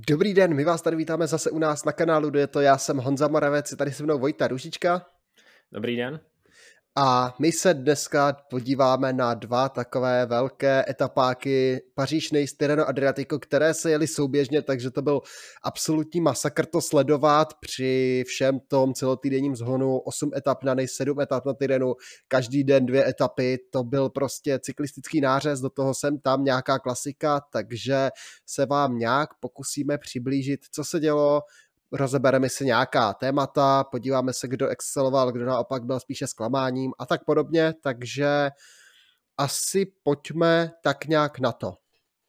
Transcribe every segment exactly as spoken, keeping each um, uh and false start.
Dobrý den, my vás tady vítáme zase u nás na kanálu, je to já jsem Honza Moravec, je tady se mnou Vojta Růžička. Dobrý den. A my se dneska podíváme na dva takové velké etapáky Paříž-Nice, Tirreno Adriatico, které se jeli souběžně, takže to byl absolutní masakr to sledovat při všem tom celotýdenním zhonu. osm etap na Nice, sedm etap na Tirrenu, každý den dvě etapy, to byl prostě cyklistický nářez, do toho sem tam nějaká klasika, takže se vám nějak pokusíme přiblížit, co se dělo. Rozebereme si nějaká témata, podíváme se, kdo exceloval, kdo naopak byl spíše zklamáním a tak podobně, takže asi pojďme tak nějak na to.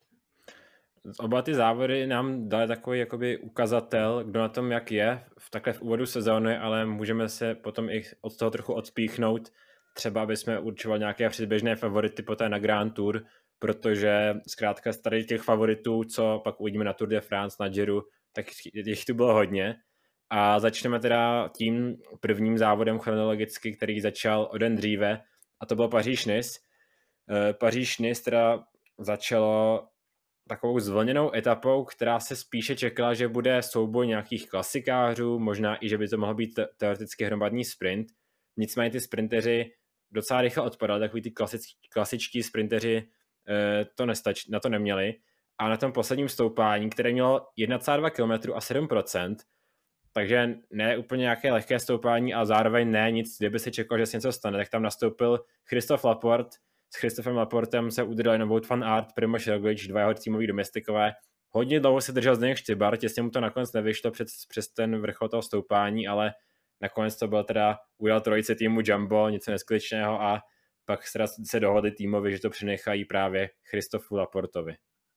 Oba ty závody nám dali takový jakoby ukazatel, kdo na tom jak je v takhle v úvodu sezóny, ale můžeme se potom i od toho trochu odspíchnout, třeba aby jsme určovali nějaké předběžné favority poté na Grand Tour, protože zkrátka z tady těch favoritů, co pak uvidíme na Tour de France, na Giro, tak jich tu bylo hodně. A začneme teda tím prvním závodem chronologicky, který začal o den dříve, a to bylo Paříž-Nice. Paříž-Nice teda začalo takovou zvlněnou etapou, která se spíše čekala, že bude souboj nějakých klasikářů, možná i, že by to mohl být teoreticky hromadný sprint. Nicméně ty sprinteři docela rychle odpadali, takový ty klasičtí, klasičtí sprinteři to nestač, na to neměli. A na tom posledním stoupání, které mělo jedna celá dva kilometru a sedm procent, takže ne úplně nějaké lehké stoupání a zároveň ne nic, kdyby se čekalo, že se něco stane, tak tam nastoupil Christophe Laporte. S Christophem Laportem se udržel jenom Wout van Aert, Primož Roglič, dva jeho týmoví domestikové. Hodně dlouho se držel Zdeněk Štybar, těsně mu to nakonec nevyšlo přes, přes ten vrchol toho stoupání, ale nakonec to byl teda ujel trojice týmu Jumbo, něco neskutečného, a pak se dohodli týmovi, že to přenechají právě Christophu Laportovi.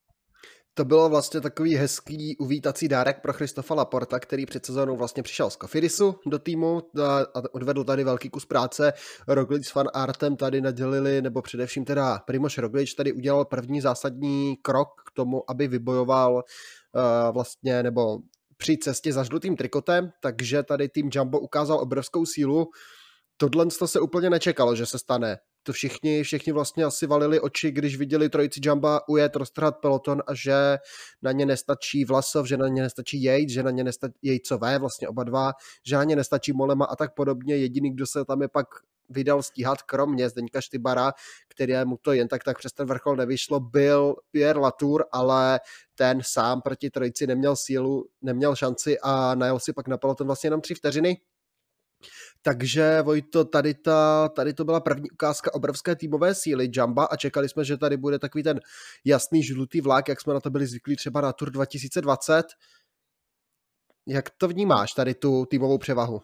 To bylo vlastně takový hezký uvítací dárek pro Christopha Laporta, který před sezónou vlastně přišel z Cofidissu do týmu a odvedl tady velký kus práce. Roglič s Van Aertem tady nadělili, nebo především teda Primož Roglič tady udělal první zásadní krok k tomu, aby vybojoval uh, vlastně, nebo při cestě za žlutým trikotem, takže tady tým Jumbo ukázal obrovskou sílu. Tohle se úplně nečekalo, že se stane. To všichni, všichni vlastně asi valili oči, když viděli trojici Jumba ujet, roztrhat peloton a že na ně nestačí Vlasov, že na ně nestačí Yates, že na ně nestačí Jejcové, vlastně oba dva, že na ně nestačí Mollema a tak podobně. Jediný, kdo se tam je pak vydal stíhat, kromě Zdeňka Štybara, kterému to jen tak tak přes ten vrchol nevyšlo, byl Pierre Latour, ale ten sám proti trojici neměl sílu, neměl šanci a najel si pak na peloton vlastně jenom tři vteřiny. Takže Vojto, tady, ta, tady to byla první ukázka obrovské týmové síly Jumba a čekali jsme, že tady bude takový ten jasný žlutý vlak, jak jsme na to byli zvyklí třeba na Tour dva tisíce dvacet. Jak to vnímáš, tady tu týmovou převahu?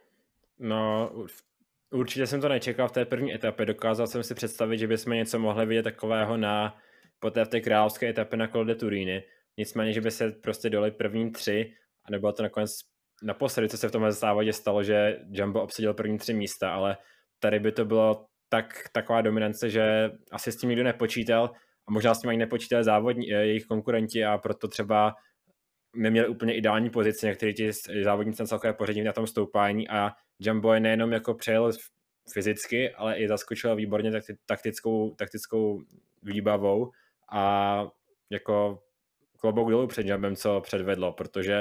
No, určitě jsem to nečekal v té první etapě. Dokázal jsem si představit, že bychom něco mohli vidět takového na poté v té královské etapě na Col de Turíny. Nicméně, že by se prostě dali první tři a nebylo to nakonec naposledy, co se v tomhle závodě stalo, že Jumbo obsadil první tři místa, ale tady by to bylo tak, taková dominance, že asi s tím nikdo nepočítal a možná s tím ani nepočítali závodní, jejich konkurenti a proto třeba neměli úplně ideální pozici někteří ti závodníci na celkové pořadí na tom stoupání a Jumbo je nejenom jako přejel fyzicky, ale i zaskočil výborně taktickou, taktickou výbavou a jako klobouk dolů před Jumbem, co předvedlo, protože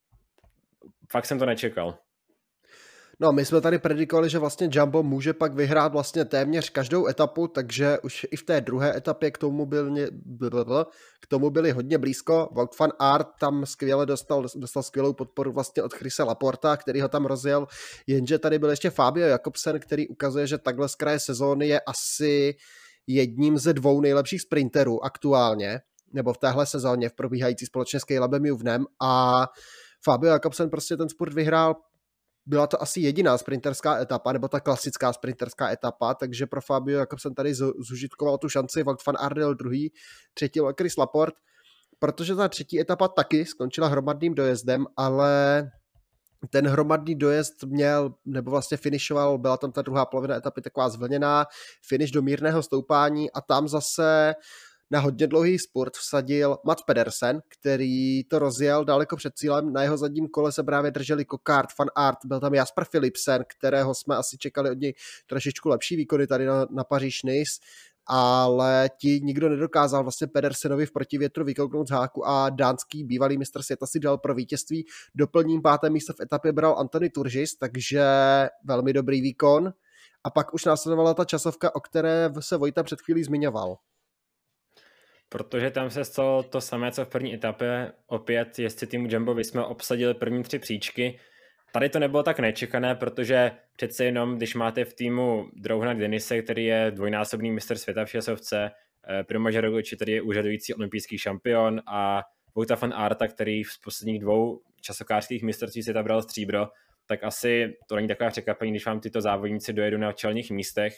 fakt jsem to nečekal. No, my jsme tady predikovali, že vlastně Jumbo může pak vyhrát vlastně téměř každou etapu, takže už i v té druhé etapě k tomu, byl, k tomu byli hodně blízko. Wout van Aert tam skvěle dostal, dostal skvělou podporu vlastně od Chrisa Laporta, který ho tam rozjel, jenže tady byl ještě Fabio Jakobsen, který ukazuje, že takhle z kraje sezóny je asi jedním ze dvou nejlepších sprinterů aktuálně, nebo v téhle sezóně v probíhající společně s Calebem Juvenem a Fabio Jakobsen prostě ten sport vyhrál, byla to asi jediná sprinterská etapa, nebo ta klasická sprinterská etapa, takže pro Fabio Jakobsen tady zužitkoval tu šanci, Wout van Aert byl druhý, třetí Chris Laporte, protože ta třetí etapa taky skončila hromadným dojezdem, ale ten hromadný dojezd měl, nebo vlastně finišoval, byla tam ta druhá polovina etapy taková zvlněná, finish do mírného stoupání a tam zase na hodně dlouhý spurt vsadil Mats Pedersen, který to rozjel daleko před cílem. Na jeho zadním kole se právě drželi Coquard, Van Aert, byl tam Jasper Philipsen, kterého jsme asi čekali od něj trošičku lepší výkony tady na, na Paříž-Nice. ale ti nikdo nedokázal vlastně Pedersenovi v protivětru vykouknout z háku a dánský bývalý mistr světa si dal pro vítězství. Doplním páté místo v etapě bral Anthony Turgis, takže velmi dobrý výkon. A pak už následovala ta časovka, o které se Vojta před chvílí zmiňoval. Protože tam se stalo to samé, co v první etapě. Opět jezdci týmu Jumbo Visma obsadili první tři příčky. Tady to nebylo tak nečekané, protože přece jenom, když máte v týmu Drouhana Denise, který je dvojnásobný mistr světa v šesovce, Primože Roglič, který je úřadující olympijský šampion, a Vouta van Aerta, který v posledních dvou časokářských mistrovství světa bral stříbro, tak asi to není takové překvapení, když vám tyto závodníci dojedou na čelních místech.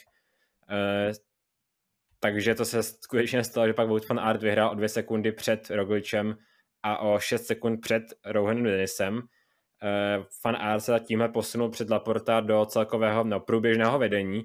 Takže to se skutečně stalo, že pak Wout van Aert vyhrál o dvě sekundy před Rogličem a o šest sekund před Rouhanem Denisem. Van Aert se tímhle posunul před Laporta do celkového no, průběžného vedení,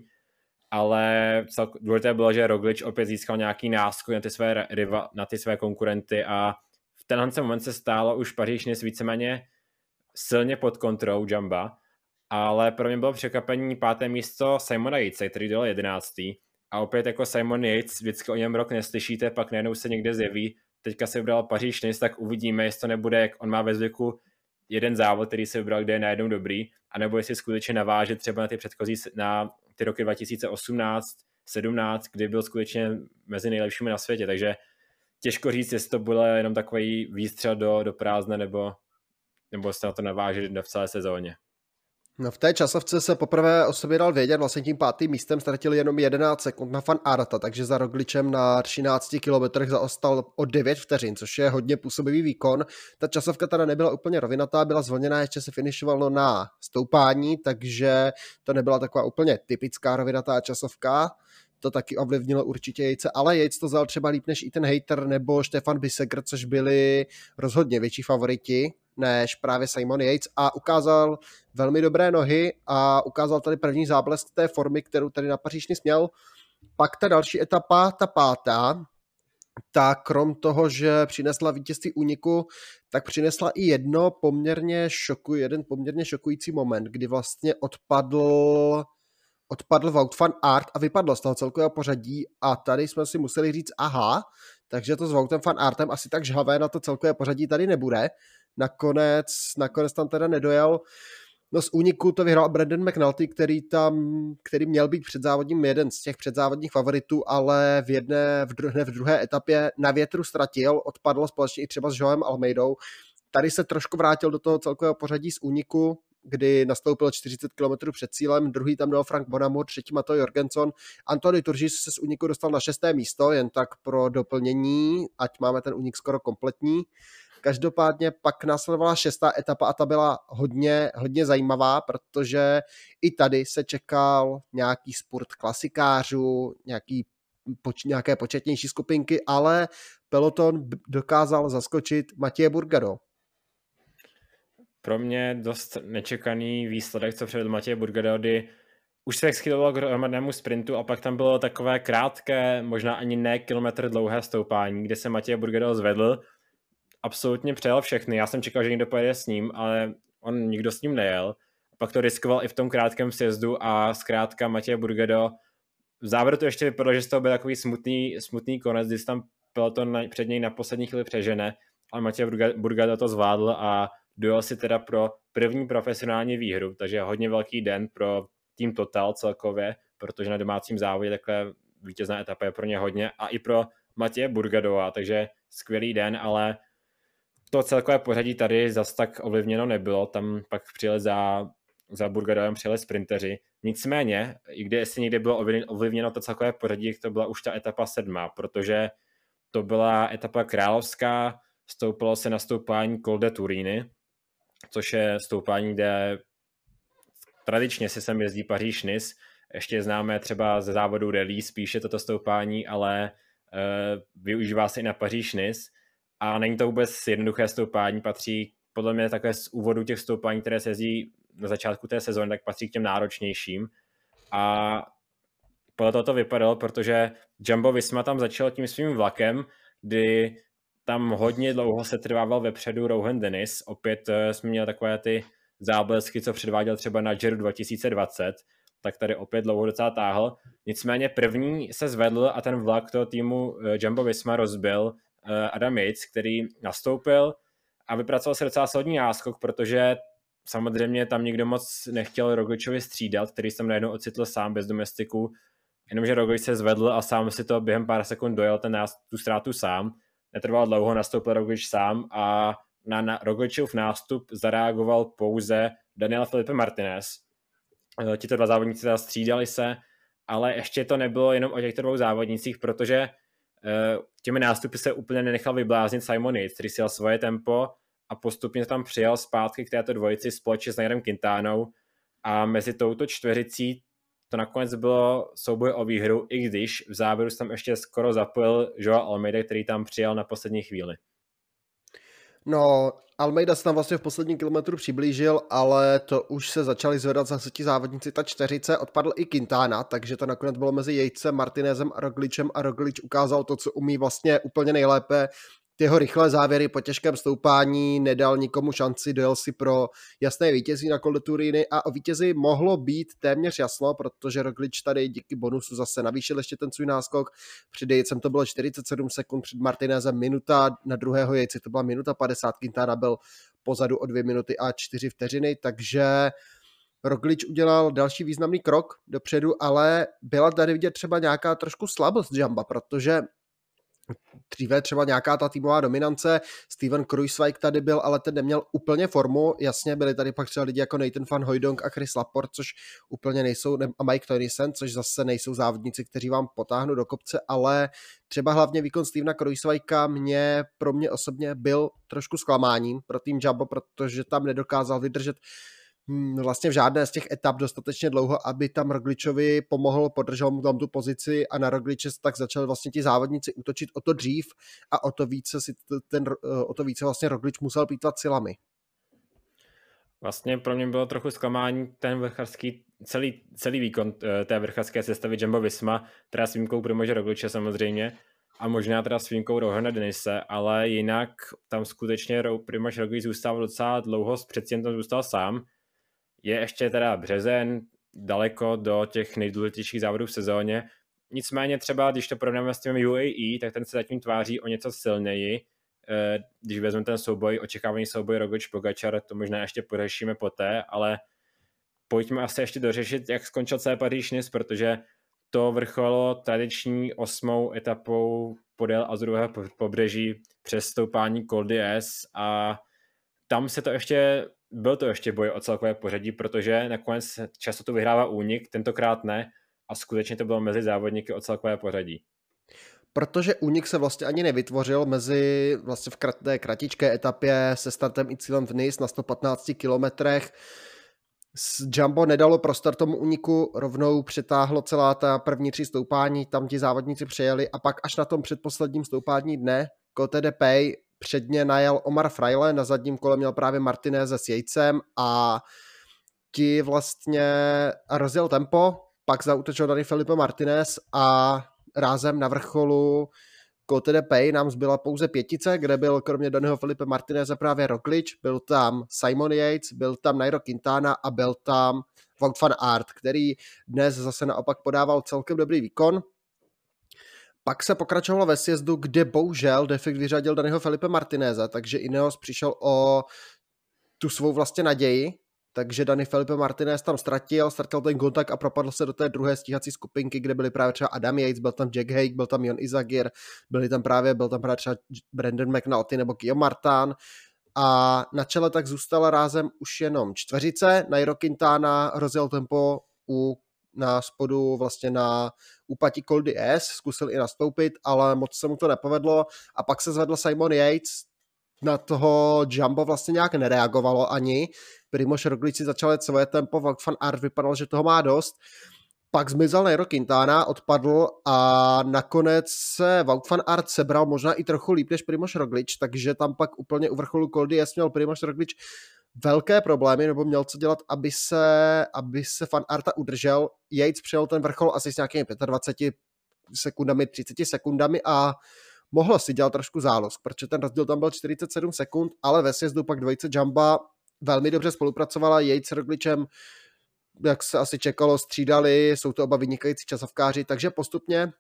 ale celko, důležité bylo, že Roglič opět získal nějaký náskok na ty své, riva, na ty své konkurenty a v tenhle moment se stálo už Paříž-Nice víceméně silně pod kontrolou Jamba, ale pro mě bylo překvapení páté místo Simona Yatese, který dal jedenáctý. A opět jako Simon Yates, vždycky o něm rok neslyšíte, pak najednou se někde zjeví. Teďka se vybral Paříž-Nice, tak uvidíme, jestli to nebude, jak on má ve zvyku jeden závod, který se vybral, kde je najednou dobrý, anebo jestli skutečně naváže třeba na ty předchozí, na ty roky dva tisíce osmnáct sedmnáct, kdy byl skutečně mezi nejlepšími na světě. Takže těžko říct, jestli to bude jenom takový výstřel do, do prázdna, nebo, nebo se na to naváže v celé sezóně. No v té časovce se poprvé o sobě dal vědět, vlastně tím pátým místem ztratil jenom jedenáct sekund na Van Aerta, takže za Rogličem na třinácti kilometrech zaostal o devět vteřin, což je hodně působivý výkon. Ta časovka teda nebyla úplně rovinatá, byla zvlněná, ještě se finišovalo na stoupání, takže to nebyla taková úplně typická rovinatá časovka. To taky ovlivnilo určitě Jejce, ale Jejc to vzal třeba líp než i ten Hayter nebo Stefan Bissegger, což byli rozhodně větší favoriti než právě Simon Yates a ukázal velmi dobré nohy a ukázal tady první záblesk té formy, kterou tady na Paříž-Nice měl. Pak ta další etapa, ta pátá, ta krom toho, že přinesla vítězství úniku, tak přinesla i jedno poměrně šoku, jeden poměrně šokující moment, kdy vlastně odpadl odpadl Wout van Aert a vypadlo z toho celkového pořadí a tady jsme si museli říct aha, takže to s Woutem van Aertem asi tak žhavé na to celkové pořadí tady nebude. Nakonec, nakonec tam teda nedojel. No z úniku to vyhrál Brandon McNulty, který tam, který měl být předzávodním jeden z těch předzávodních favoritů, ale v jedné, v druhé, v druhé etapě na větru ztratil, odpadl společně i třeba s Joem Almeidou. Tady se trošku vrátil do toho celkového pořadí z úniku, kdy nastoupil čtyřicet kilometrů před cílem, druhý tam dal Frank Bonamur, třetí Mateo Jorgenson. Anthony Turgis se z úniku dostal na šesté místo, jen tak pro doplnění, ať máme ten únik skoro kompletní. Každopádně pak následovala šestá etapa a ta byla hodně, hodně zajímavá, protože i tady se čekal nějaký spurt klasikářů, nějaký, poč, nějaké početnější skupinky, ale peloton dokázal zaskočit Mathieu Bourgado. Pro mě dost nečekaný výsledek, co předvedl Mathieu Bourgado, kdy už se schyloval k hromadnému sprintu a pak tam bylo takové krátké, možná ani ne kilometr dlouhé stoupání, kde se Mathieu Bourgado zvedl, absolutně přejel všechny. Já jsem čekal, že někdo pojede s ním, ale on nikdo s ním nejel. Pak to riskoval i v tom krátkém sjezdu a zkrátka Mathieu Bourgado v závěru to ještě vypadalo, že z toho byl takový smutný, smutný konec, když tam peloton před něj na poslední chvíli přežene, ale Mathieu Bourgado to zvládl a dojel si teda pro první profesionální výhru, takže hodně velký den pro tým Total celkově, protože na domácím závodě takhle vítězná etapa je pro ně hodně a i pro Mathieu Bourgadoa, takže skvělý den, ale to celkové pořadí tady zas tak ovlivněno nebylo, tam pak přijeli za, za Bourgadoem přijeli sprinteři, nicméně, i kde jestli někde bylo ovlivněno to celkové pořadí, to byla už ta etapa sedma, protože to byla etapa královská, stoupalo se na stoupání Col de Turini, což je stoupání, kde tradičně se sem jezdí Paříž-Nice, ještě známe třeba ze závodu rally spíše toto stoupání, ale e, využívá se i na Paříž-Nice a není to vůbec jednoduché stoupání, patří podle mě takové z úvodu těch stoupání, které se jezdí na začátku té sezóny, tak patří k těm náročnějším a podle toho to vypadalo, protože Jumbo Visma tam začal tím svým vlakem, kdy tam hodně dlouho se trvával vepředu Rohan Dennis. Opět jsme měli takové ty záblesky, co předváděl třeba na Giro dva tisíce dvacet. tak tady opět dlouho docela táhl. Nicméně první se zvedl a ten vlak toho týmu Jumbo Visma rozbil Adam Yates, který nastoupil a vypracoval se docela solidní náskok, protože samozřejmě tam nikdo moc nechtěl Rogličovi střídat, který se tam najednou ocitl sám bez domestiku, jenomže Roglič se zvedl a sám si to během pár sekund dojel ten nás, tu ztrátu sám. Netrvalo dlouho, nastoupil Roglič sám a na, na Rogličův nástup zareagoval pouze Daniel Felipe Martinez. Tito dva závodníci teda střídali se, ale ještě to nebylo jenom o těchto dvou závodnicích, protože těmi nástupy se úplně nenechal vybláznit Simon Yates, který si jel svoje tempo a postupně tam přijel zpátky k této dvojici společně s Nairem Quintanou a mezi touto čtveřicí to nakonec bylo souboj o výhru, i když v závěru se tam ještě skoro zapojil Joao Almeida, který tam přijel na poslední chvíli. No, Almeida se tam vlastně v posledním kilometru přiblížil, ale to už se začali zvedat zase ti závodníci, ta čtveřice, odpadl i Quintana, takže to nakonec bylo mezi Yatesem, Martinezem a Rogličem a Roglič ukázal to, co umí vlastně úplně nejlépe. Ty jeho rychlé závěry po těžkém stoupání, nedal nikomu šanci, dojel si pro jasné vítězí na Col de Turini a o vítězi mohlo být téměř jasno, protože Roglič tady díky bonusu zase navýšil ještě ten svůj náskok. Před Yatesem to bylo čtyřicet sedm sekund, před Martinezem minuta, na druhého Yatese to byla minuta padesát, Quintana byl pozadu o dvě minuty a čtyři vteřiny, takže Roglič udělal další významný krok dopředu, ale byla tady vidět třeba nějaká trošku slabost Jamba, protože dříve třeba nějaká ta týmová dominance, Steven Kruijswijk tady byl, ale ten neměl úplně formu, jasně byli tady pak třeba lidi jako Nathan van Hooijdonk a Chris Laporte, což úplně nejsou, a Mike Teunissen, což zase nejsou závodníci, kteří vám potáhnou do kopce, ale třeba hlavně výkon Stevena Kruijswijka mě, pro mě osobně byl trošku zklamáním pro tým Jumbo, protože tam nedokázal vydržet vlastně v žádné z těch etap dostatečně dlouho, aby tam Rogličovi pomohl, podržel mu tam tu pozici a na Rogliče tak začali vlastně ti závodníci útočit o to dřív a o to více si ten, o to více vlastně Roglič musel plýtvat silami. Vlastně pro mě bylo trochu zklamání ten vrchařský, celý, celý výkon té vrchařské sestavy Jumbo Visma, teda s výjimkou Primože Rogliče samozřejmě a možná teda s výjimkou Rohana Denise, ale jinak tam skutečně Primož Roglič zůstal docela dlouho, přeci jen tam zůstal sám. Je ještě teda březen, daleko do těch nejdůležitějších závodů v sezóně. Nicméně třeba, když to porovnáme s tím U A E, tak ten se zatím tváří o něco silněji. Když vezmeme ten souboj, očekávaný souboj Roglič-Pogačar, to možná ještě pořešíme poté, ale pojďme asi ještě dořešit, jak skončil celý Paříž-Nice, protože to vrcholilo tradiční osmou etapou podél Azurového pobřeží přes stoupání Col d'Huez a tam se to ještě byl to ještě boj o celkové pořadí, protože nakonec často to vyhrává únik, tentokrát ne a skutečně to bylo mezi závodníky o celkové pořadí. Protože únik se vlastně ani nevytvořil mezi vlastně v té kratičké etapě se startem i cílem v Nice na sto patnácti kilometrech. Jumbo nedalo prostor tomu úniku, rovnou přetáhlo celá ta první tři stoupání, tam ti závodníci přejeli a pak až na tom předposledním stoupání dne Côte de Pey předně najel Omar Fraile, na zadním kole měl právě Martineze s Yatesem a ti vlastně rozjel tempo, pak zaútočil tady Felipe Martinez a rázem na vrcholu Côte de Pey nám zbyla pouze pětice, kde byl kromě daného Felipe Martineze právě Roglič, byl tam Simon Yates, byl tam Nairo Quintana a byl tam Wout van Aert, který dnes zase naopak podával celkem dobrý výkon. Pak se pokračovalo ve sjezdu, kde bohužel Defekt vyřadil daného Felipe Martineze, takže Ineos přišel o tu svou vlastně naději, takže Dani Felipe Martinez tam ztratil, ztratil ten kontakt a propadl se do té druhé stíhací skupinky, kde byli právě třeba Adam Yates, byl tam Jack Haig, byl tam Jon Izagir, byli tam právě, byl tam právě třeba Brandon McNulty nebo Guillaume Martin a na čele tak zůstala rázem už jenom čtveřice, Nairo Quintana rozjel tempo u na spodu vlastně na úpatí Col d'Huez, zkusil i nastoupit, ale moc se mu to nepovedlo a pak se zvedl Simon Yates, na toho Jumbo vlastně nějak nereagovalo ani, Primož Roglič si začal jet svoje tempo, Wout van Aert vypadal, že toho má dost, pak zmizel Nairo Quintana, odpadl a nakonec se Wout van Aert sebral možná i trochu líp než Primož Roglič, takže tam pak úplně u vrcholu Col d'Huez měl Primož Roglič velké problémy, nebo měl co dělat, aby se, aby se Van Aerta udržel. Yates přijel ten vrchol asi s nějakými dvaceti pěti sekundami, třiceti sekundami a mohl si dělat trošku zálosk, protože ten rozdíl tam byl čtyřicet sedm sekund, ale ve sjezdu pak dvojice Jumba velmi dobře spolupracovala, Yates s Rogličem jak se asi čekalo, střídali, jsou to oba vynikající časovkáři, takže postupně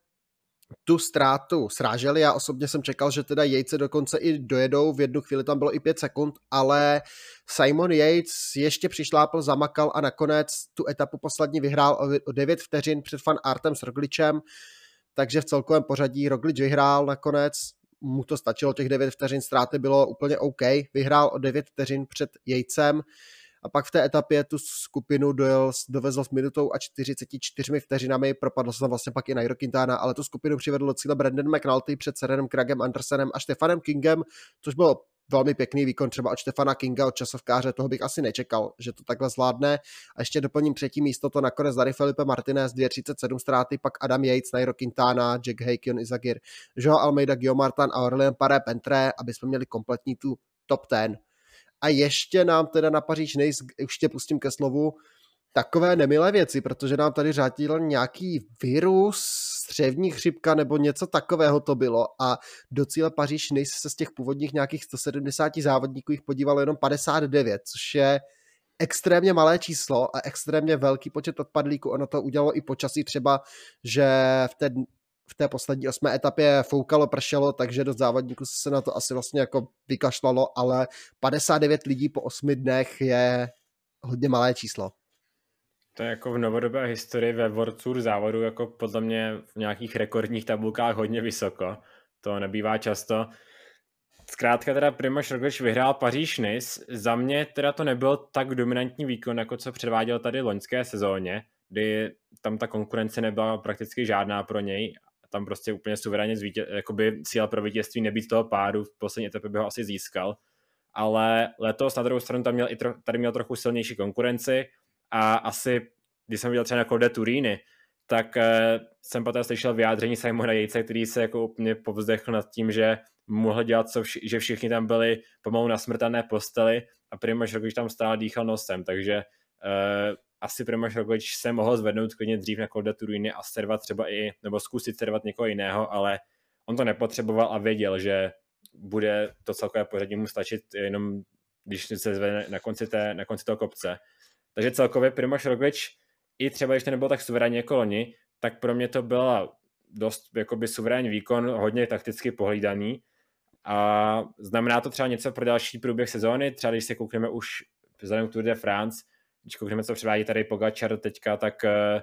tu ztrátu sráželi. Já osobně jsem čekal, že teda Yatese dokonce i dojedou, v jednu chvíli tam bylo i pět sekund, ale Simon Yates ještě přišlápl, zamakal a nakonec tu etapu poslední vyhrál o devět vteřin před Van Aertem s Roglicem, takže v celkovém pořadí Roglič vyhrál nakonec, mu to stačilo, těch devět vteřin ztráty bylo úplně OK, vyhrál o devět vteřin před Yatesem a pak v té etapě tu skupinu dojel, dovezl s minutou a čtyřicet čtyřmi vteřinami, propadl se tam vlastně pak i Nairo Quintana, ale tu skupinu přivedl do cíle Brandon McNulty před Sørenem Kragem Andersenem a Stefanem Kingem, což bylo velmi pěkný výkon třeba od Stefana Kinga, od časovkáře, toho bych asi nečekal, že to takhle zvládne. A ještě doplním třetí místo, to nakonec dali Felipe Martinez, dvě třicet sedm ztráty, pak Adam Yates, Nairo Quintana, Jack Haig, Jon Izagir, Joao Almeida, Guillaume Martin a Aurélien Paré-Pentré, aby jsme měli kompletní tu top deset. A ještě nám teda na Paříž-Nice, už tě pustím ke slovu, takové nemilé věci, protože nám tady řádil nějaký virus, střevní chřipka nebo něco takového to bylo a do cíle Paříž-Nice se z těch původních nějakých sto sedmdesát závodníků jich podívalo jenom padesát devět, což je extrémně malé číslo a extrémně velký počet odpadlíků. Ono to udělalo i počasí třeba, že v té, v té poslední osmé etapě foukalo, pršelo, takže dost závodníků se na to asi vlastně jako vykašlalo, ale padesát devět lidí po osmi dnech je hodně malé číslo. To je jako v novodobé historii ve World Tour závodu jako podle mě v nějakých rekordních tabulkách hodně vysoko. To nebývá často. Zkrátka teda Primož Roglič vyhrál Paříž-Nice. Za mě teda to nebyl tak dominantní výkon, jako co předváděl tady loňské sezóně, kdy tam ta konkurence nebyla prakticky žádná pro něj. Tam prostě úplně suverénně zvítě, jakoby cíl pro vítězství nebýt toho pádu, v poslední etapě by ho asi získal. Ale letos na druhou stranu tam měl i tro, tady měl trochu silnější konkurenci a asi, když jsem viděl třeba na Col de Turini, tak eh, jsem poté slyšel vyjádření Simona Yatese, který se jako úplně povzdechl nad tím, že mohl dělat, co vši, že všichni tam byli pomalu na smrtelné posteli a Primož Roglič tam stále dýchal nosem, takže eh, asi Primož Roglič se mohl zvednout klidně dřív na Col de Turini a servat třeba i, nebo zkusit servat někoho jiného, ale on to nepotřeboval a věděl, že bude to celkové pořadí mu stačit jenom, když se zvedne na konci, té, na konci toho kopce. Takže celkově Primož Roglič, i třeba když to nebylo tak suverénní jako loni, tak pro mě to byla dost jakoby suverénní výkon, hodně takticky pohlídaný a znamená to třeba něco pro další průběh sezóny, třeba když se koukneme už vzhledem k Tour de France, když koukneme, co předvádí tady Pogačar teďka, tak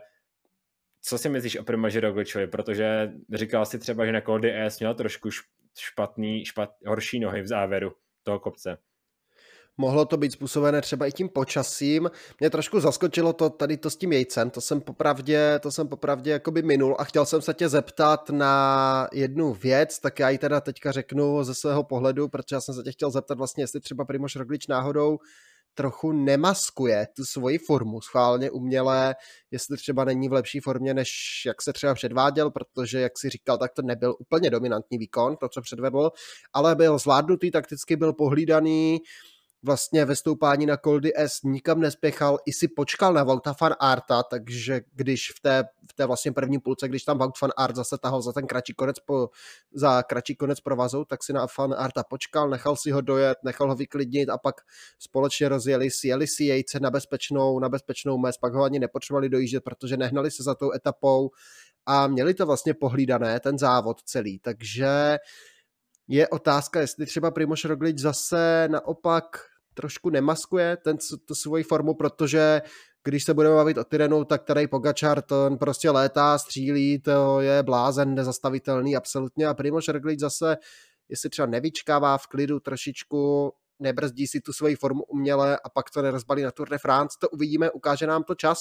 co si myslíš o Primoži Rogličovi, protože říkal si třeba, že na Col d'Huez měl trošku špatný, špat, horší nohy v závěru toho kopce. Mohlo to být způsobené třeba i tím počasím. Mě trošku zaskočilo to tady to s tím Yatesem, to jsem popravdě, to jsem popravdě jakoby minul a chtěl jsem se tě zeptat na jednu věc, tak já ji teda teďka řeknu ze svého pohledu, protože já jsem se tě chtěl zeptat vlastně, jestli třeba Primož Roglič náhodou trochu nemaskuje tu svoji formu schválně uměle, jestli třeba není v lepší formě, než jak se třeba předváděl, protože, jak si říkal, tak to nebyl úplně dominantní výkon, to, co předvedl, ale byl zvládnutý, takticky byl pohlídaný, vlastně ve stoupání na Col d'Huez nikam nespěchal, i si počkal na Wouta van Aerta, takže když v té, v té vlastně první půlce, když tam Wout van Aert zase tahal za ten kratší konec, po, za kratší konec provazu, tak si na van Aerta počkal, nechal si ho dojet, nechal ho vyklidnit a pak společně rozjeli si, jeli si Yatese na bezpečnou, na bezpečnou mez, pak ho ani nepotřebovali dojíždět, protože nehnali se za tou etapou a měli to vlastně pohlídané, ten závod celý, takže je otázka, jestli třeba Primož Roglič zase naopak trošku nemaskuje ten, tu svoji formu, protože když se budeme bavit o Tyrrenu, tak tady Pogačar, ten prostě létá, střílí, to je blázen, nezastavitelný absolutně a Primož Roglič zase, jestli třeba nevyčkává v klidu trošičku, nebrzdí si tu svoji formu uměle a pak to nerozbalí na Tour de France, to uvidíme, ukáže nám to čas.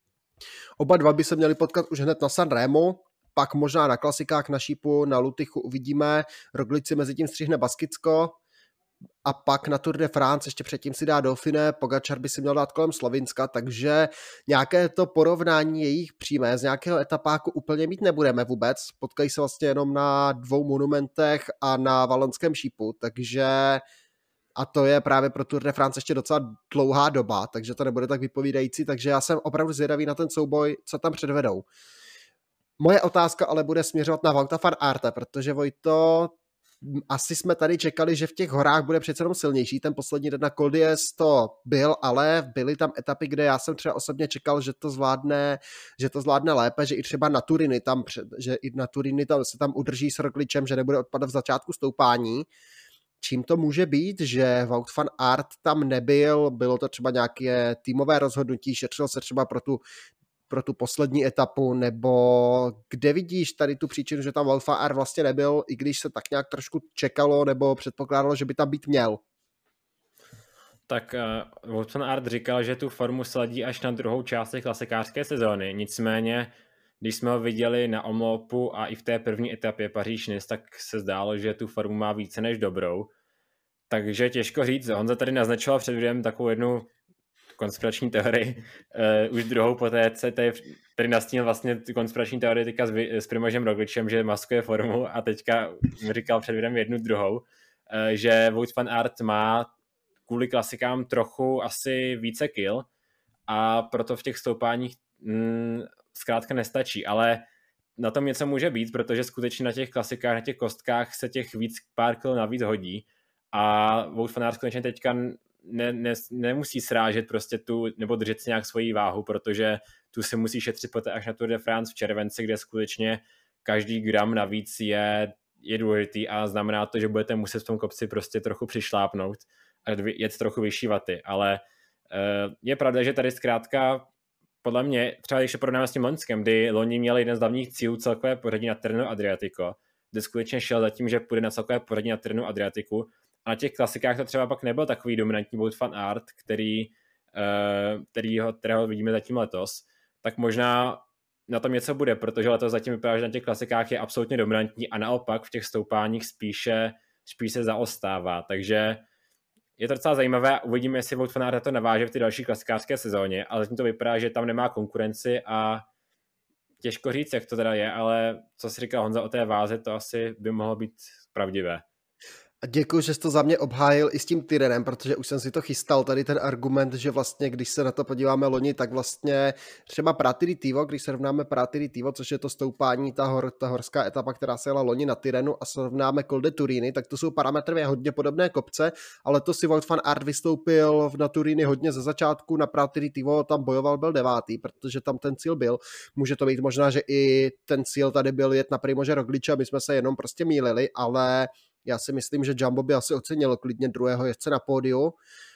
Oba dva by se měli potkat už hned na Sanremo, pak možná na klasikách, na Šípu, na Lutychu uvidíme, Roglič si mezi tím střihne Baskicko a pak na Tour de France ještě předtím si dá Dauphiné, Pogačar by si měl dát kolem Slovinska, takže nějaké to porovnání jejich přímé z nějakého etapáku úplně mít nebudeme vůbec, potkají se vlastně jenom na dvou monumentech a na Valonském Šípu, takže a to je právě pro Tour de France ještě docela dlouhá doba, takže to nebude tak vypovídající, takže já jsem opravdu zvědavý na ten souboj, co tam předvedou. Moje otázka ale bude směřovat na Wouta van Aerta, protože Vojto, asi jsme tady čekali, že v těch horách bude přece jenom silnější. Ten poslední den na Col d'Huez to byl, ale byly tam etapy, kde já jsem třeba osobně čekal, že to zvládne, že to zvládne lépe, že i třeba na Turiny tam, že i na Turiny tam se tam udrží s Rogličem, že nebude odpadat v začátku stoupání. Čím to může být, že Wout van Aert tam nebyl, bylo to třeba nějaké týmové rozhodnutí, šetřilo se třeba pro tu, pro tu poslední etapu, nebo kde vidíš tady tu příčinu, že tam Wout van Aert vlastně nebyl, i když se tak nějak trošku čekalo nebo předpokládalo, že by tam být měl? Tak uh, Wout van Aert říkal, že tu formu sledí až na druhou část klasikářské sezóny, nicméně když jsme ho viděli na omloupu a i v té první etapě Paříž-Nice, tak se zdálo, že tu formu má více než dobrou. Takže těžko říct. Honza tady naznačoval před videem takovou jednu konspirační teorii. Uh, už druhou poté, co tady, tady nastínil vlastně konspirační teorii teďka s, s Primožem Rogličem, že maskuje formu a teďka mi říkal před videem jednu druhou, uh, že Wout van Aert má kvůli klasikám trochu asi více kill a proto v těch stoupáních mm, zkrátka nestačí, ale na tom něco může být, protože skutečně na těch klasikách, na těch kostkách se těch víc pár kil navíc hodí a Wout van Aert skutečně teďka ne, ne, nemusí srážet prostě tu, nebo držet si nějak svoji váhu, protože tu se musí šetřit poté až na Tour de France v červenci, kde skutečně každý gram navíc je, je důležitý a znamená to, že budete muset v tom kopci prostě trochu přišlápnout a jet trochu vyšší vaty, ale uh, je pravda, že tady zkrátka podle mě, třeba když se porovnáme s tím loňskem, kdy loni měl jeden z hlavních cílů celkové pořadí na Tirreno Adriatico, kde skutečně šel za tím, že půjde na celkové pořadí na Tirrenu Adriatiku a na těch klasikách to třeba pak nebyl takový dominantní Wout van Aert, který, uh, kterýho, kterého vidíme zatím letos, tak možná na tom něco bude, protože letos zatím vypadá, že na těch klasikách je absolutně dominantní a naopak v těch stoupáních spíše, spíše se zaostává, takže je to docela zajímavé, uvidíme, jestli Wout van Aert to naváže v té další klasikářské sezóně, ale zatím to vypadá, že tam nemá konkurenci a těžko říct, jak to teda je, ale co si říkal Honza o té váze, to asi by mohlo být pravdivé. A děkuji, že jsi to za mě obhájil i s tím Tirrenem, protože už jsem si to chystal, tady ten argument, že vlastně, když se na to podíváme loni, tak vlastně třeba Pratiritivo, když srovnáme Pratiritivo, což je to stoupání, ta, hor, ta horská etapa, která se jela loni na Tirrenu a srovnáme Col de Turini, tak to jsou parametrově hodně podobné kopce, ale to si Wout van Aert vystoupil na Turini hodně ze začátku, na Pratiritivo tam bojoval, byl devátý, protože tam ten cíl byl. Může to být možná, že i ten cíl tady byl jet na Primože Rogliče, my jsme se jenom prostě mýlili, ale já si myslím, že Jumbo by asi ocenilo klidně druhého jezdce na pódiu,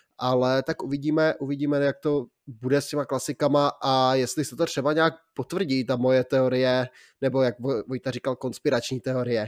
ale tak uvidíme, uvidíme, jak to bude s těma klasikama a jestli se to třeba nějak potvrdí, ta moje teorie, nebo jak Vojta říkal, konspirační teorie.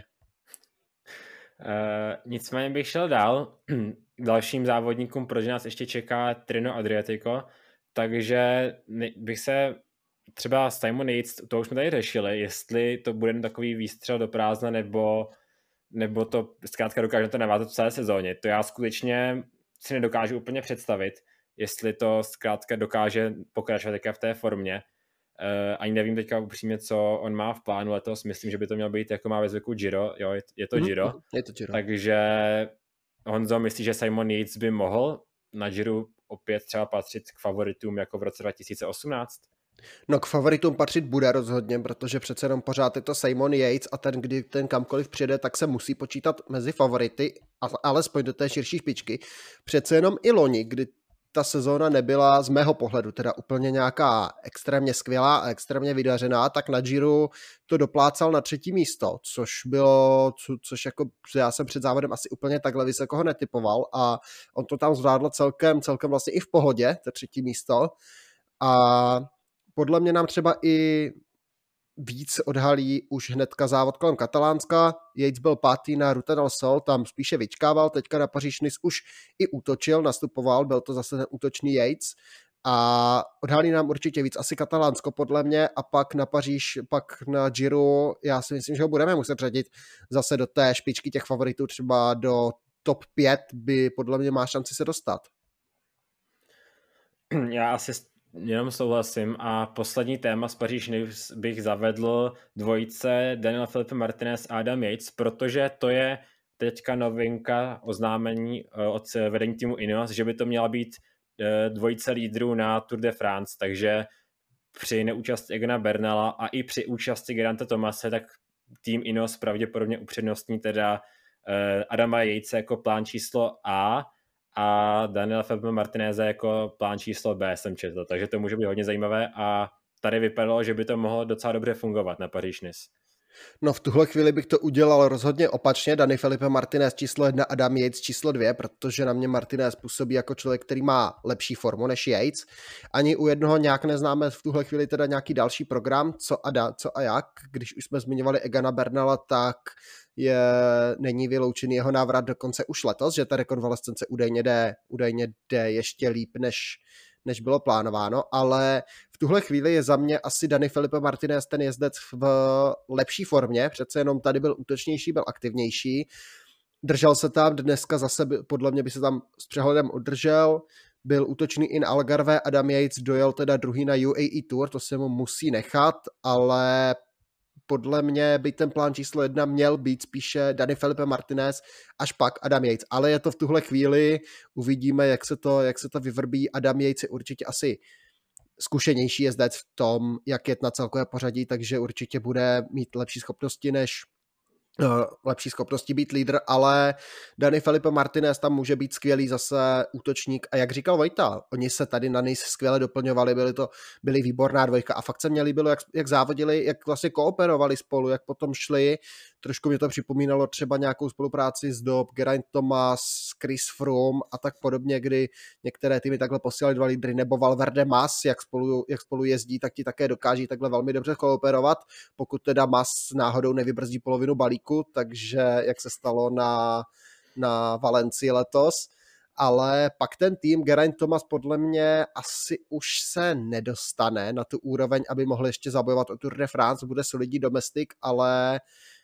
Uh, nicméně bych šel dál. Dalším závodníkům, protože nás ještě čeká Tirreno Adriatico, takže bych se třeba Simon Yates, to už jsme tady řešili, jestli to bude takový výstřel do prázdna, nebo nebo to zkrátka dokáže to navázat v celé sezóně. To já skutečně si nedokážu úplně představit, jestli to zkrátka dokáže pokračovat teďka v té formě. Uh, ani nevím teďka upřímně, co on má v plánu letos. Myslím, že by to mělo být, jako má ve zvyku Giro. Jo, je, je to Giro. Mm, je to Giro. Takže Honzo, myslí, že Simon Yates by mohl na Giro opět třeba patřit k favoritům jako v roce dva tisíce osmnáct? No k favoritům patřit bude rozhodně, protože přece jenom pořád je to Simon Yates a ten, kdy ten kamkoliv přijede, tak se musí počítat mezi favority, alespoň do té širší špičky. Přece jenom i loni, kdy ta sezóna nebyla z mého pohledu teda úplně nějaká extrémně skvělá a extrémně vydařená, tak na Giro to doplácal na třetí místo, což bylo, co, což jako já jsem před závodem asi úplně takhle vysoko ho netypoval a on to tam zvládl celkem, celkem vlastně i v pohodě, to třetí místo a podle mě nám třeba i víc odhalí už hnedka závod kolem Katalánska. Yates byl pátý na Ruta del Sol, tam spíše vyčkával, teďka na Paříž-Nice už i útočil, nastupoval, byl to zase ten útočný Yates a odhalí nám určitě víc asi Katalánsko podle mě a pak na Paříž, pak na Giro, já si myslím, že ho budeme muset řadit zase do té špičky těch favoritů, třeba do top pět by podle mě má šanci se dostat. Já asi jenom souhlasím a poslední téma z Paříž bych zavedl dvojice Daniel Felipe Martinez a Adam Yates, protože to je teďka novinka oznámení od vedení týmu Ineos, že by to měla být dvojice lídrů na Tour de France, takže při neúčasti Egona Bernala a i při účasti Geranta Thomase, tak tým Ineos pravděpodobně upřednostní teda Adama Jejce jako plán číslo A a Daniela Felipe Martineze jako plán číslo B jsem četl, takže to může být hodně zajímavé a tady vypadalo, že by to mohlo docela dobře fungovat na Paříž-Nice. No v tuhle chvíli bych to udělal rozhodně opačně, Dani Felipe Martinez číslo jedna, Adam Yates číslo dvě, protože na mě Martinez působí jako člověk, který má lepší formu než Yates. Ani u jednoho nějak neznáme v tuhle chvíli teda nějaký další program, co a, da, co a jak. Když už jsme zmiňovali Egana Bernala, tak je, není vyloučený jeho návrat dokonce už letos, že ta rekonvalescence údajně jde, údajně jde ještě líp, než než bylo plánováno, ale v tuhle chvíli je za mě asi Dani Felipe Martinez ten jezdec v lepší formě, přece jenom tady byl útočnější, byl aktivnější, držel se tam, dneska zase podle mě by se tam s přehledem udržel, byl útočný in Algarve, Adam Yates dojel teda druhý na U A E Tour, to se mu musí nechat, ale podle mě by ten plán číslo jedna měl být spíše Dani Felipe Martinez, až pak Adam Yates. Ale je to v tuhle chvíli, uvidíme, jak se to, jak se to vyvrbí. Adam Yates je určitě asi zkušenější jezdec v tom, jak jet na celkové pořadí, takže určitě bude mít lepší schopnosti než lepší schopnosti být lídr, ale Dani Felipe Martinez tam může být skvělý zase útočník a jak říkal Vojta, oni se tady na Nice skvěle doplňovali, byli to byli výborná dvojka a fakt se mě líbilo, jak, jak závodili, jak vlastně kooperovali spolu, jak potom šli, trošku mě to připomínalo třeba nějakou spolupráci s Dob, Geraint Thomas, Chris Froome a tak podobně, kdy některé týmy takhle posílali dva lídry, nebo Valverde Mas, jak spolu, jak spolu jezdí, tak ti také dokáží takhle velmi dobře kooperovat, pokud teda Mas náhodou nevybrzdí polovinu balíku, takže jak se stalo na, na Valencii letos, ale pak ten tým Geraint Thomas podle mě asi už se nedostane na tu úroveň, aby mohl ještě zabojovat o Tour de France, bude solidní domestik, ale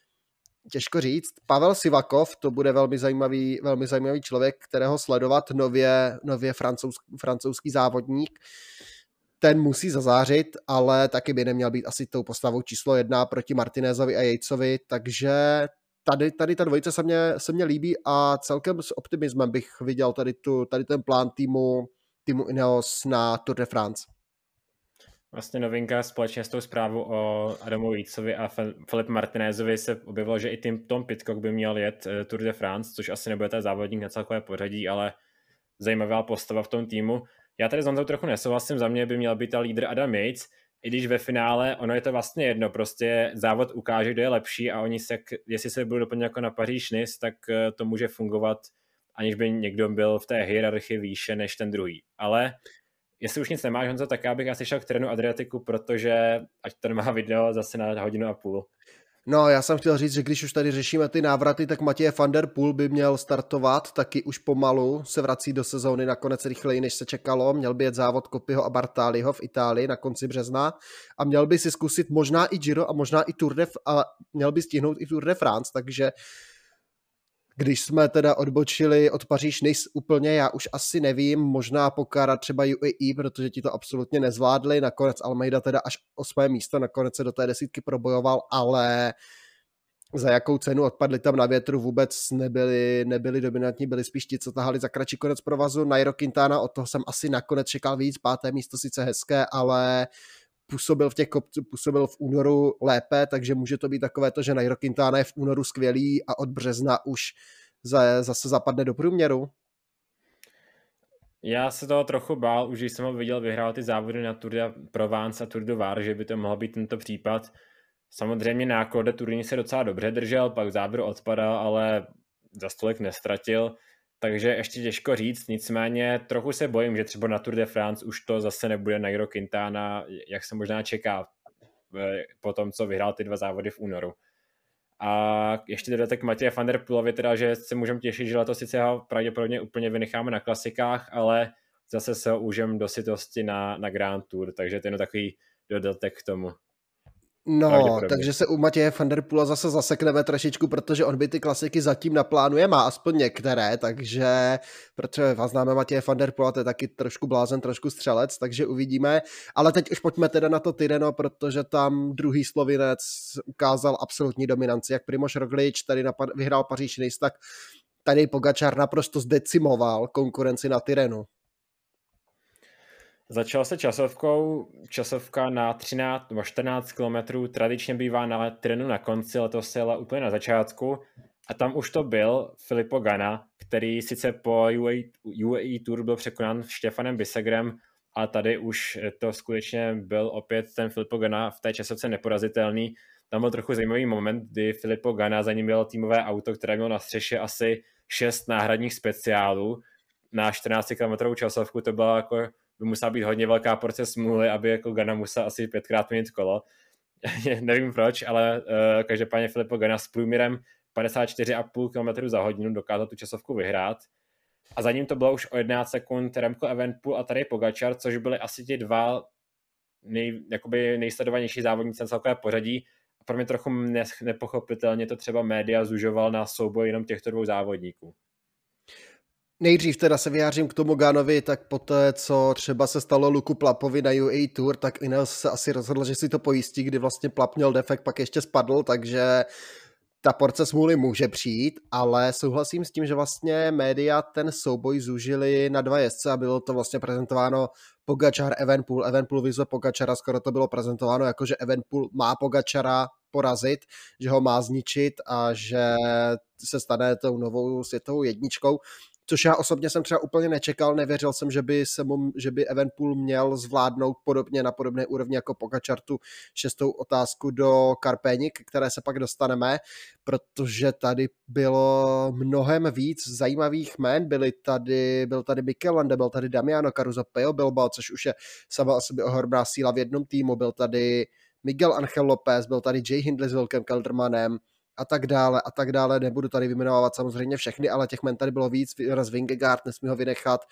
těžko říct. Pavel Sivakov, to bude velmi zajímavý, velmi zajímavý člověk, kterého sledovat, nově, nově francouz, francouzský závodník. Ten musí zazářit, ale taky by neměl být asi tou postavou číslo jedna proti Martinezovi a Yatesovi, takže tady, tady ta dvojice se mě, se mě líbí a celkem s optimismem bych viděl tady, tu, tady ten plán týmu, týmu Ineos na Tour de France. Vlastně novinka společně s tou zprávou o Adamu Yatesovi a Filipe Martinezovi se objevilo, že i tým Tom Pidcock by měl jet Tour de France, což asi nebude ten závodník na celkové pořadí, ale zajímavá postava v tom týmu. Já tady s Honzou trochu nesouhlasím, za mě by měl být ta lídr Adam Yates, i když ve finále ono je to vlastně jedno, prostě závod ukáže, kdo je lepší a oni se, jestli se budou doplnit jako na Paříž-Nice, tak to může fungovat, aniž by někdo byl v té hierarchii výše než ten druhý. Ale jestli už nic nemáš, Honzo, tak já bych asi šel k Tirrenu Adriatiku, protože ať to nemá video zase na hodinu a půl. No, já jsem chtěl říct, že když už tady řešíme ty návraty, tak Matěj van der Poel by měl startovat, taky už pomalu se vrací do sezóny nakonec rychleji, než se čekalo. Měl by jet závod Coppiho a Bartaliho v Itálii na konci března a měl by si zkusit možná i Giro a možná i Tour de a měl by stihnout i Tour de France, takže když jsme teda odbočili od Paříž-Nice úplně, já už asi nevím, možná Pocara třeba U A E, protože ti to absolutně nezvládli, nakonec Almeida teda až osmé místo, nakonec se do té desítky probojoval, ale za jakou cenu odpadli tam na větru, vůbec nebyli, nebyli dominantní, byli spíš ti, co tahali za kratší konec provazu. Nairo Quintana, od toho jsem asi nakonec čekal víc, páté místo sice hezké, ale působil v těch kopců, působil v únoru lépe, takže může to být takové to, že Nairo Quintana je v únoru skvělý a od března už za, zase zapadne do průměru. Já se toho trochu bál, už když jsem ho viděl vyhrál ty závody na Tour de Provence a Tour de Var, že by to mohl být tento případ. Samozřejmě na Col de Tourny se docela dobře držel, pak v závěru odpadal, ale za stolik nestratil, takže ještě těžko říct, nicméně trochu se bojím, že třeba na Tour de France už to zase nebude Nairo Quintana, jak se možná čeká po tom, co vyhrál ty dva závody v únoru. A ještě dodatek Matěje van der Poelovi, teda, že se můžeme těšit, že letos sice ho pravděpodobně úplně vynecháme na klasikách, ale zase se ho užijeme do sytosti na, na Grand Tour, takže to je takový dodatek k tomu. No, takže se u Matěje van der Poela zase zasekneme trošičku, protože on by ty klasiky zatím naplánuje, má aspoň některé, takže protože vás známe Matěje van der Poela, to je taky trošku blázen, trošku střelec, takže uvidíme, ale teď už pojďme teda na to Tirreno, protože tam druhý Slovinec ukázal absolutní dominanci, jak Primož Roglič tady napad, vyhrál Paříž-Nice, tak tady Pogačar naprosto zdecimoval konkurenci na Tirrenu. Začal se časovkou, časovka na třináct nebo čtrnáct kilometrů, tradičně bývá na Tirrenu na konci, letos se jela úplně na začátku A tam už to byl Filippo Ganna, který sice po U A E Tour byl překonán Štefanem Bisegrem, a tady už to skutečně byl opět ten Filippo Ganna v té časovce neporazitelný. Tam byl trochu zajímavý moment, kdy Filippo Ganna za ním měl týmové auto, které mělo na střeše asi šest náhradních speciálů na čtrnáct kilometrů časovku. To byla jako, by musela být hodně velká porce smůly, aby jako Ganna musel asi pětkrát měnit kolo. Nevím proč, ale uh, každopádně Filippo Ganna s průměrem padesát čtyři celá pět kilometrů za hodinu dokázal tu časovku vyhrát. A za ním to bylo už o jedenáct sekund Remco Evenepoel a Tadej Pogačar, což byly asi ti dva nej, jakoby nejsledovanější závodníci na celkové pořadí. A pro mě trochu ne, nepochopitelně to třeba média zužoval na souboj jenom těchto dvou závodníků. Nejdřív teda se vyjádřím k tomu Ganovi, tak poté, co třeba se stalo Luku Plapovi na U A E Tour, tak Ineos se asi rozhodl, že si to pojistí, kdy vlastně Plap měl defekt, pak ještě spadl, takže ta porce smůly může přijít, ale souhlasím s tím, že vlastně média ten souboj zúžili na dva jezdce a bylo to vlastně prezentováno Pogačar, Evenepoel, Evenepoel vyzve Pogačara, skoro to bylo prezentováno jako, že Evenepoel má Pogačara porazit, že ho má zničit a že se stane tou novou světovou jedničkou, což já osobně jsem třeba úplně nečekal, nevěřil jsem, že by, se mu, že by Evenepoel měl zvládnout podobně na podobné úrovni jako Pogačar tu šestou otázku do Karpénik, které se pak dostaneme, protože tady bylo mnohem víc zajímavých jmén, byly tady, byl tady Mikel Landa, byl tady Damiano Caruso, Pello Bilbao, což už je sama o sobě ohromná síla v jednom týmu, byl tady Miguel Angel López, byl tady Jay Hindley s Wilkem Keldermanem, a tak dále, a tak dále. Nebudu tady vyjmenovávat samozřejmě všechny, ale těch men tady bylo víc, Jonas Vingegaard, nesmí ho vynechat.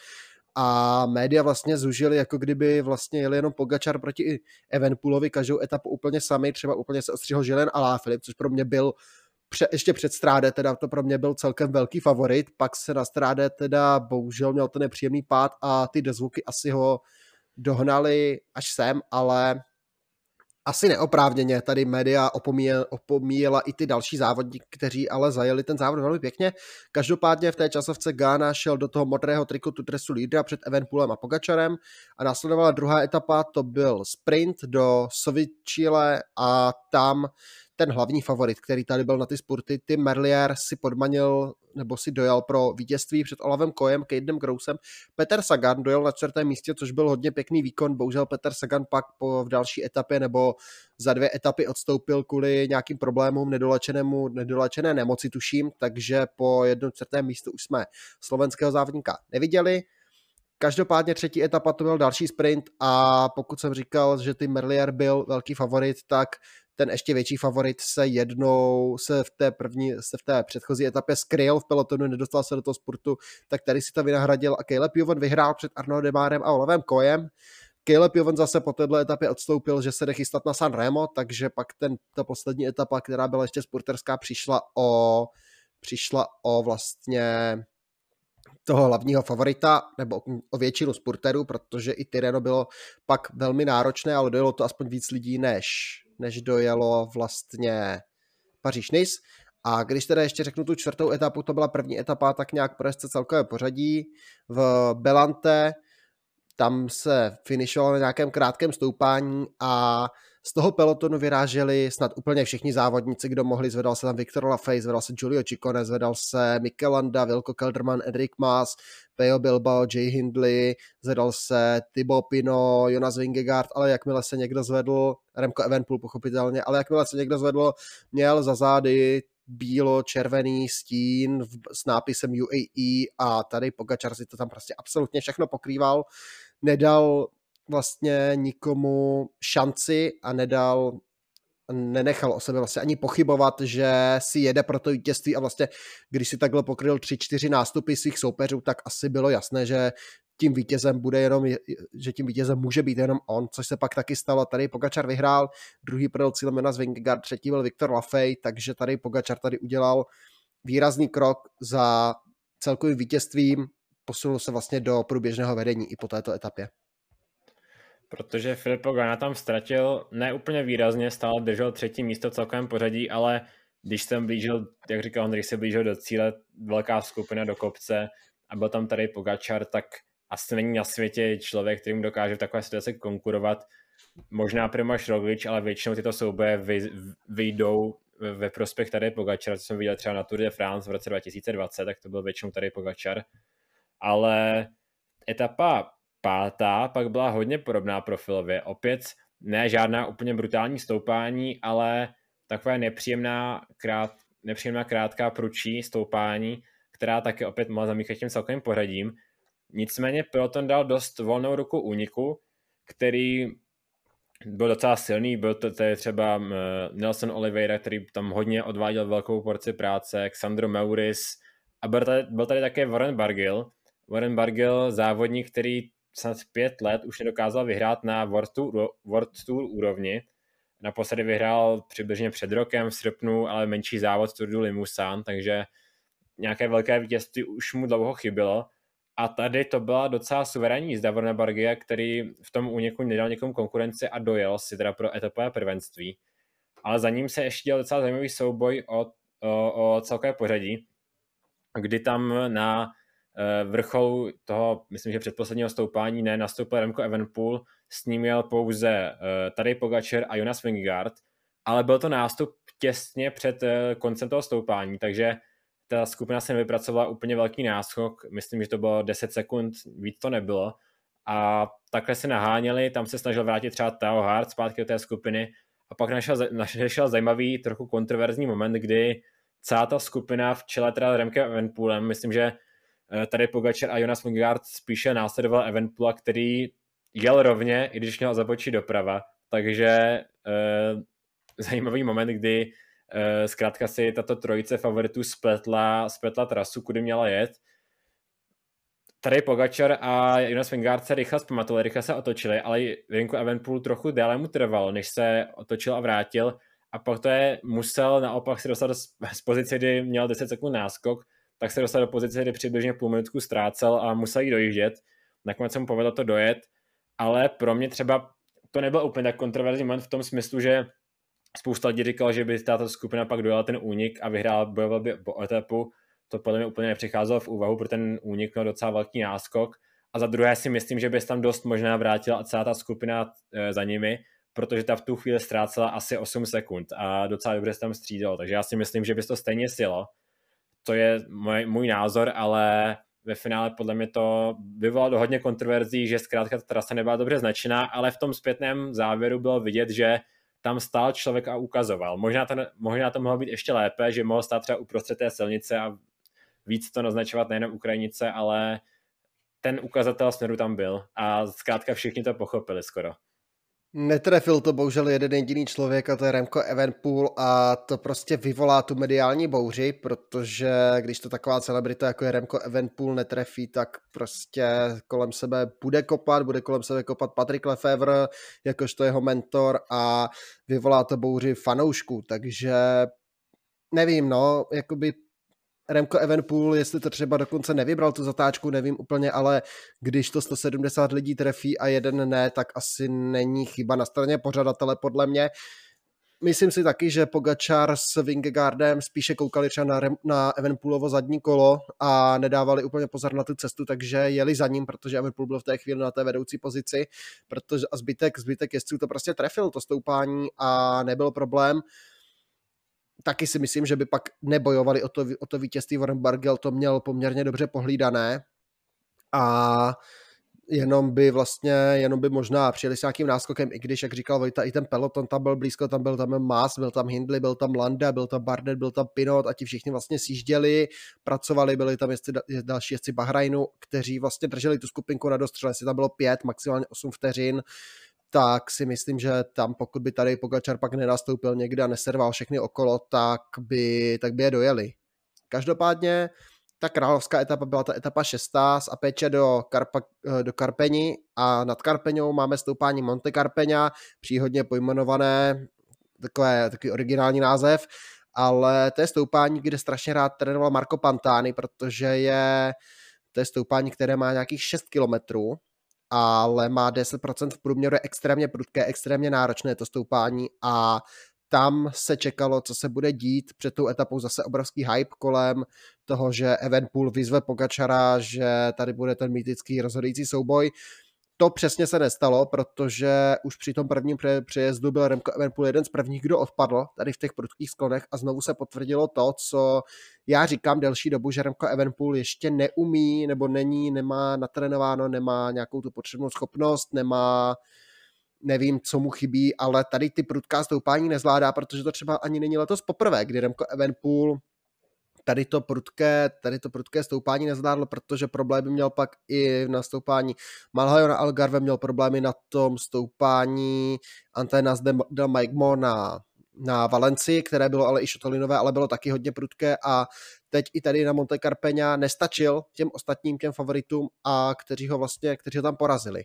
A média vlastně zužili, jako kdyby vlastně jeli jenom Pogačar proti Evenepoelovi každou etapu úplně sami, třeba úplně se ostřihl Gilles Alaphilippe, což pro mě byl pře, ještě před Stráde, teda to pro mě byl celkem velký favorit, pak se na Stráde teda bohužel měl ten nepříjemný pád a ty dozvuky asi ho dohnali až sem, ale asi neoprávněně, tady média opomíjela, opomíjela i ty další závodníky, kteří ale zajeli ten závod velmi pěkně. Každopádně v té časovce Ganna šel do toho modrého trikotu dresu lídra před Evenepoelem a Pogačarem a následovala druhá etapa, to byl sprint do Sovičile a tam ten hlavní favorit, který tady byl na ty spurty, Tim Merlier, si podmanil nebo si dojel pro vítězství před Olavem Kojem, Cadenem Grousem. Peter Sagan dojel na čtvrtém místě, což byl hodně pěkný výkon. Bohužel Peter Sagan pak po, v další etapě nebo za dvě etapy odstoupil kvůli nějakým problémům nedolečenému, nedolečené nemoci, tuším, takže po jednom čtvrtém místu už jsme slovenského závodníka neviděli. Každopádně třetí etapa to byl další sprint a pokud jsem říkal, že Tim Merlier byl velký favorit, tak ten ještě větší favorit se jednou se v té první, se v té předchozí etapě skryl v pelotonu, nedostal se do toho spurtu, tak tady si to vynahradil a Caleb Ewan vyhrál před Arnaud Demárem a Olavem Kojem. Caleb Ewan zase po této etapě odstoupil, že se jde chystat na San Remo, takže pak ten, ta poslední etapa, která byla ještě spurterská, přišla o, přišla o vlastně toho hlavního favorita, nebo o většinu spurterů, protože i Tirreno bylo pak velmi náročné, ale dojelo to aspoň víc lidí, než, než dojelo vlastně Paříž-Nice. A když teda ještě řeknu tu čtvrtou etapu, to byla první etapa, tak nějak pro jezdce celkové pořadí v Belante, tam se finišovalo na nějakém krátkém stoupání a z toho pelotonu vyráželi snad úplně všichni závodníci, kdo mohli. Zvedal se tam Viktor Lafay, zvedal se Giulio Ciccone, zvedal se Mikel Landa, Wilco Kelderman, Enric Mas, Pello Bilbao, Jay Hindley, zvedal se Thibaut Pinot, Jonas Vingegaard, ale jakmile se někdo zvedl, Remco Evenepoel pochopitelně, ale jakmile se někdo zvedl, měl za zády bílo-červený stín s nápisem U A E a tady Pogačar si to tam prostě absolutně všechno pokrýval. Nedal vlastně nikomu šanci a nedal, nenechal o sebe vlastně ani pochybovat, že si jede pro to vítězství a vlastně, když si takhle pokryl tři, čtyři nástupy svých soupeřů, tak asi bylo jasné, že tím vítězem bude jenom, že tím vítězem může být jenom on, což se pak taky stalo. Tady Pogačar vyhrál, druhý prodal cílem Jonas Vingegaard, třetí byl Viktor Lafay, takže tady Pogačar tady udělal výrazný krok za celkovým vítězstvím, posunul se vlastně do průběžného vedení i po této etapě. Protože Filippo Ganna tam ztratil ne úplně výrazně, stále držel třetí místo v celkovém pořadí, ale když jsem blížil, jak říkal on, když se blížil do cíle velká skupina do kopce a byl tam tady Pogačar, tak asi není na světě člověk, kterým dokáže v takové situaci konkurovat. Možná Primož Roglič, ale většinou tyto souboje vy, vyjdou ve prospěch tady Pogačara, co jsem viděl třeba na Tour de France v roce dva tisíce dvacet, tak to byl většinou tady Pogačar. Ale etapa pátá pak byla hodně podobná profilově. Opět ne žádná úplně brutální stoupání, ale taková nepříjemná, krát, nepříjemná krátká prudší stoupání, která taky opět mohla zamíchat tím celkovým pořadím. Nicméně peloton dal dost volnou ruku úniku, který byl docela silný, byl to tady třeba Nelson Oliveira, který tam hodně odváděl velkou porci práce, Xandro Meuris a byl tady, byl tady také Warren Barguil. Warren Barguil, závodník, který snad pět let už nedokázal vyhrát na World Tour, World Tour úrovni. Naposledy vyhrál přibližně před rokem v srpnu, ale menší závod Tour du Limousin, takže nějaké velké vítězství už mu dlouho chybělo. A tady to byla docela suverénní jízda Warrena Barguila, který v tom úniku nedal někomu konkurenci a dojel si teda pro etapové prvenství. Ale za ním se ještě dělal docela zajímavý souboj o, o, o celkové pořadí, kdy tam na vrcholu toho, myslím, že předposledního stoupání ne, nastoupil Remco Evenepoel, s ním jel pouze Tadej Pogačar a Jonas Vingegaard, ale byl to nástup těsně před koncem toho stoupání, takže ta skupina se nevypracovala úplně velký náskok, myslím, že to bylo deset sekund, víc to nebylo a takhle se naháněli, tam se snažil vrátit třeba Theo Hart zpátky do té skupiny a pak našel, našel zajímavý, trochu kontroverzní moment, kdy celá ta skupina v čele teda Remkem Evenepoelem, myslím, že tady Pogačar a Jonas Vingegaard spíše následoval Evenepoela, který jel rovně, i když měl zabočí doprava, takže e, zajímavý moment, kdy e, zkrátka si tato trojice favoritů spletla, spletla trasu, kudy měla jet. Tady Pogačar a Jonas Vingegaard se rychle zpamatovali, rychle se otočili, ale Remco Evenepoel trochu déle mu trvalo, než se otočil a vrátil a pak to je musel naopak se dostat do z pozice, kdy měl deset sekund náskok, tak se dostal do pozice, kdy přibližně půl minutku ztrácel a musel jí dojíždět. Nakonec se mu povedlo to dojet, ale pro mě třeba to nebyl úplně tak kontroverzní moment v tom smyslu, že spousta lidí říkala, že by tato skupina pak dojela ten únik a vyhrál bojoval by po etapu. To podle mě úplně nepřicházelo v úvahu, protože ten únik měl docela velký náskok. A za druhé si myslím, že by se tam dost možná vrátila a celá ta skupina za nimi, protože ta v tu chvíli ztrácela asi osm sekund a docela dobře se tam střídalo. Takže já si myslím, že by to stejně sjelo. To je můj, můj názor, ale ve finále podle mě to vyvolalo hodně kontroverzí, že zkrátka ta trasa nebyla dobře značená, ale v tom zpětném závěru bylo vidět, že tam stál člověk a ukazoval. Možná to, možná to mohlo být ještě lépe, že mohl stát třeba uprostřed té silnice a víc to naznačovat nejenom Ukrajinice, ale ten ukazatel směru tam byl a zkrátka všichni to pochopili skoro. Netrefil to bohužel jeden jediný člověk a to je Remco Evenepoel a to prostě vyvolá tu mediální bouři, protože když to taková celebrita jako je Remco Evenepoel netrefí, tak prostě kolem sebe bude kopat, bude kolem sebe kopat Patrick Lefevre, jakožto jeho mentor a vyvolá to bouři fanoušků, takže nevím, no, jakoby Remco Evenepoel, jestli to třeba dokonce nevybral tu zatáčku, nevím úplně, ale když to sto sedmdesát lidí trefí a jeden ne, tak asi není chyba na straně pořadatele podle mě. Myslím si taky, že Pogačar s Vingegaardem spíše koukali třeba na, na Evenepoelovo zadní kolo a nedávali úplně pozor na tu cestu, takže jeli za ním, protože Evenepoel byl v té chvíli na té vedoucí pozici, protože a zbytek, zbytek jezdců to prostě trefil, to stoupání a nebyl problém. Taky si myslím, že by pak nebojovali o to, o to vítězství. Warren Barguil to měl poměrně dobře pohlídané a jenom by vlastně, jenom by možná přijeli s nějakým náskokem, i když, jak říkal Vojta, i ten peloton tam byl blízko, tam byl tam Mas, byl tam Hindley, byl tam Landa, byl tam Bardet, byl tam Pinot a ti všichni vlastně sjížděli, pracovali, byli tam jezdci, další jezdci Bahrajnu, kteří vlastně drželi tu skupinku na dostřele, jestli tam bylo pět, maximálně osm vteřin, tak si myslím, že tam pokud by tady Pogačar pak nenastoupil někde a neserval všechny okolo, tak by, tak by je dojeli. Každopádně ta královská etapa byla ta etapa šestá z Apeče do, Karpa, do Karpeni a nad Karpeňou máme stoupání Monte Carpegna, příhodně pojmenované, takové, takový originální název, ale to je stoupání, kde strašně rád trénoval Marco Pantani, protože je to je stoupání, které má nějakých šest kilometrů, ale má deset procent v průměru, je extrémně prudké, extrémně náročné to stoupání a tam se čekalo, co se bude dít. Před tou etapou zase obrovský hype kolem toho, že Evenepoel vyzve Pogačara, že tady bude ten mýtický rozhodující souboj. to přesně se nestalo, protože už při tom prvním přejezdu byl Remco Evenepoel jeden z prvních, kdo odpadl tady v těch prudkých sklonech a znovu se potvrdilo to, co já říkám delší dobu, že Remco Evenepoel ještě neumí nebo není, nemá natrénováno, nemá nějakou tu potřebnou schopnost, nemá, nevím, co mu chybí, ale tady ty prudká stoupání nezvládá, protože to třeba ani není letos poprvé, kdy Remco Evenepoel tady to prudké, tady to prudké stoupání nezvládl, protože problémy měl pak i na stoupání Malhajo na Algarve, měl problémy na tom stoupání Antanas del Maigmo na, na Valencii, které bylo ale i šotolinové, ale bylo taky hodně prudké a teď i tady na Monte Carpeña nestačil těm ostatním, těm favoritům, a kteří ho vlastně, kteří ho tam porazili.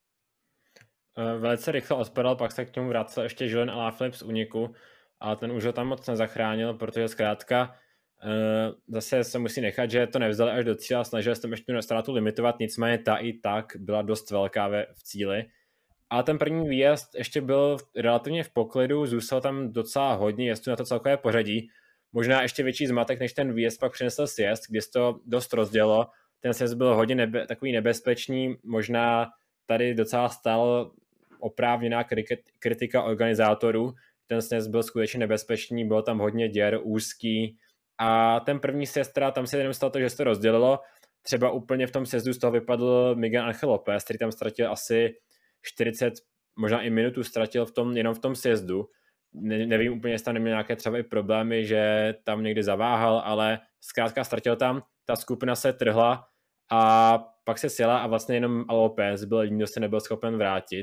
Velice rychle odpadal, pak se k němu vracel ještě Julian Alaphilippe z úniku, ale ten už ho tam moc nezachránil, protože zkrátka Uh, zase se musí nechat, že to nevzali až do cíle a snažili se tam ještě tu ztrátu limitovat, nicméně ta i tak byla dost velká ve, v cíli. A ten první výjezd ještě byl relativně v poklidu, zůstal tam docela hodně jezdců na to celkové pořadí. Možná ještě větší zmatek, než ten výjezd pak přinesl sjezd, kdy se to dost rozdělo. Ten sjezd byl hodně nebe, takový nebezpečný, možná tady docela stál oprávněná kritika organizátorů. Ten sjezd byl skutečně nebezpečný, bylo tam hodně děr, úzký. A ten první sjezd, teda tam se jenom stalo to, že se to rozdělilo. Třeba úplně v tom sjezdu z toho vypadl Miguel Angel López, který tam ztratil asi čtyřicet, možná i minutu ztratil v tom, jenom v tom sjezdu. Ne, nevím úplně, jestli tam neměl nějaké třeba i problémy, že tam někdy zaváhal, ale zkrátka ztratil tam. Ta skupina se trhla a pak se sjela a vlastně jenom López byl jediný, kdo se nebyl schopen vrátit.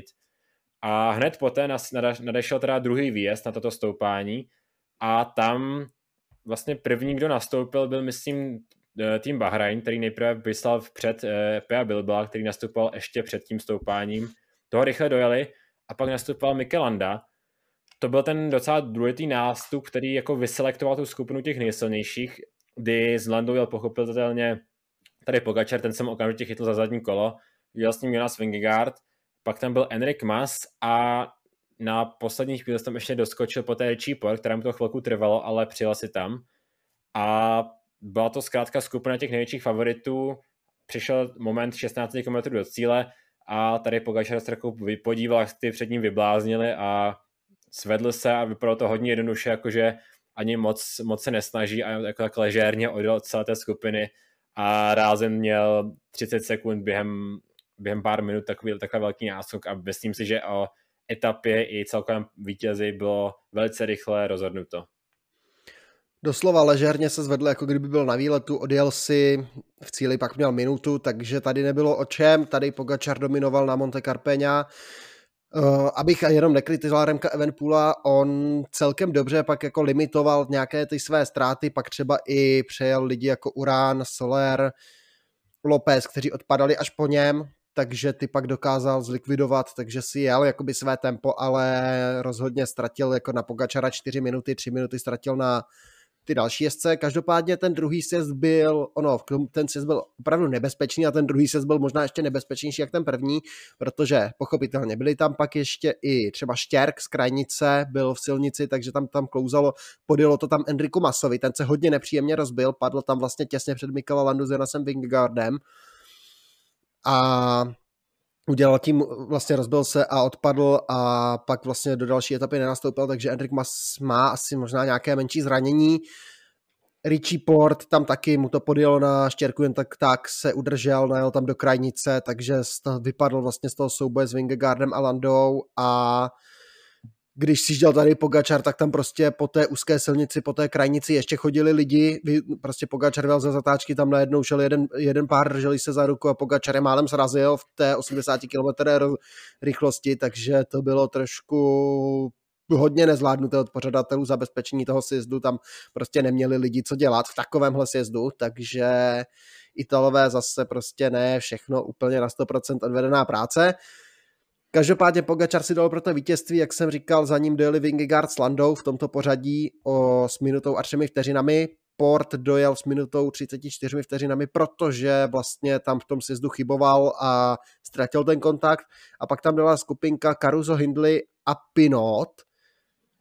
A hned poté nadešel teda druhý výjezd na toto stoupání a tam vlastně první, kdo nastoupil, byl, myslím, tým Bahrain, který nejprve vyslal vpřed Pea Bilbao, který nastupoval ještě před tím stoupáním. Toho rychle dojeli a pak nastupoval Mikel Landa. To byl ten docela důležitý nástup, který jako vyselektoval tu skupinu těch nejsilnějších, kdy s Landou jel pochopitelně tady Pogačar, ten jsem okamžitě chytl za zadní kolo, jel s ním Jonas Vingegaard, pak tam byl Enric Mas a na poslední chvíli tam ještě doskočil po té Richie Porte, která mu to chvilku trvalo, ale přijel si tam. A byla to zkrátka skupina těch největších favoritů. Přišel moment šestnáct kilometrů do cíle a tady Pogačar se podíval, jak ty před ním vybláznili a svedl se a vypadalo to hodně jednoduše, jakože ani moc, moc se nesnaží a jako tak ležérně odjel od celé té skupiny a rázem měl třicet sekund během, během pár minut takový, takový velký náskok a myslím si, že o etapě i celkovém vítězi bylo velice rychle rozhodnuto. Doslova ležérně se zvedl, jako kdyby byl na výletu, odjel si, v cíli pak měl minutu, takže tady nebylo o čem, tady Pogačar dominoval na Monte Carpeña. Uh, abych jenom nekritizoval Remka Evenepoela, on celkem dobře pak jako limitoval nějaké ty své ztráty, pak třeba i přejel lidi jako Urán, Soler, López, kteří odpadali až po něm, takže ty pak dokázal zlikvidovat, takže si jel jakoby své tempo, ale rozhodně ztratil jako na Pogačara čtyři minuty, tři minuty ztratil na ty další jezdce. Každopádně ten druhý sjezd byl, ono, ten sjezd byl opravdu nebezpečný a ten druhý sjezd byl možná ještě nebezpečnější jak ten první, protože pochopitelně byli tam pak ještě i třeba Štěrk z Krajnice, byl v silnici, takže tam tam klouzalo, podjelo to tam Enriku Masovi, ten se hodně nepříjemně rozbil, padl tam vlastně těsně před Mikela Landu s Jonasem Vingegaardem a udělal tím, vlastně rozbil se a odpadl a pak vlastně do další etapy nenastoupil, takže Enric Mas má asi možná nějaké menší zranění. Richie Porte tam taky mu to podjelo na štěrku, jen tak, tak se udržel, najel tam do Krajnice, takže vypadl vlastně z toho souboje s Vingegaardem a Landou a když sjížděl tady Pogačar, tak tam prostě po té úzké silnici, po té Krajnici ještě chodili lidi, prostě Pogačar vel ze zatáčky, tam najednou šel jeden, jeden pár, drželi se za ruku a Pogačar je málem srazil v té osmdesát kilometrů rychlosti, takže to bylo trošku hodně nezvládnuté od pořadatelů, zabezpečení toho sjezdu, tam prostě neměli lidi co dělat v takovémhle sjezdu, takže Italové zase prostě ne všechno úplně na sto procent odvedená práce. Každopádně Pogačar si dal pro to vítězství, jak jsem říkal, za ním dojeli Vingegaard s Landou v tomto pořadí o, s minutou a třemi vteřinami. Porte dojel s minutou třicet čtyřmi vteřinami, protože vlastně tam v tom sjezdu chyboval a ztratil ten kontakt. A pak tam byla skupinka Caruso, Hindley a Pinot.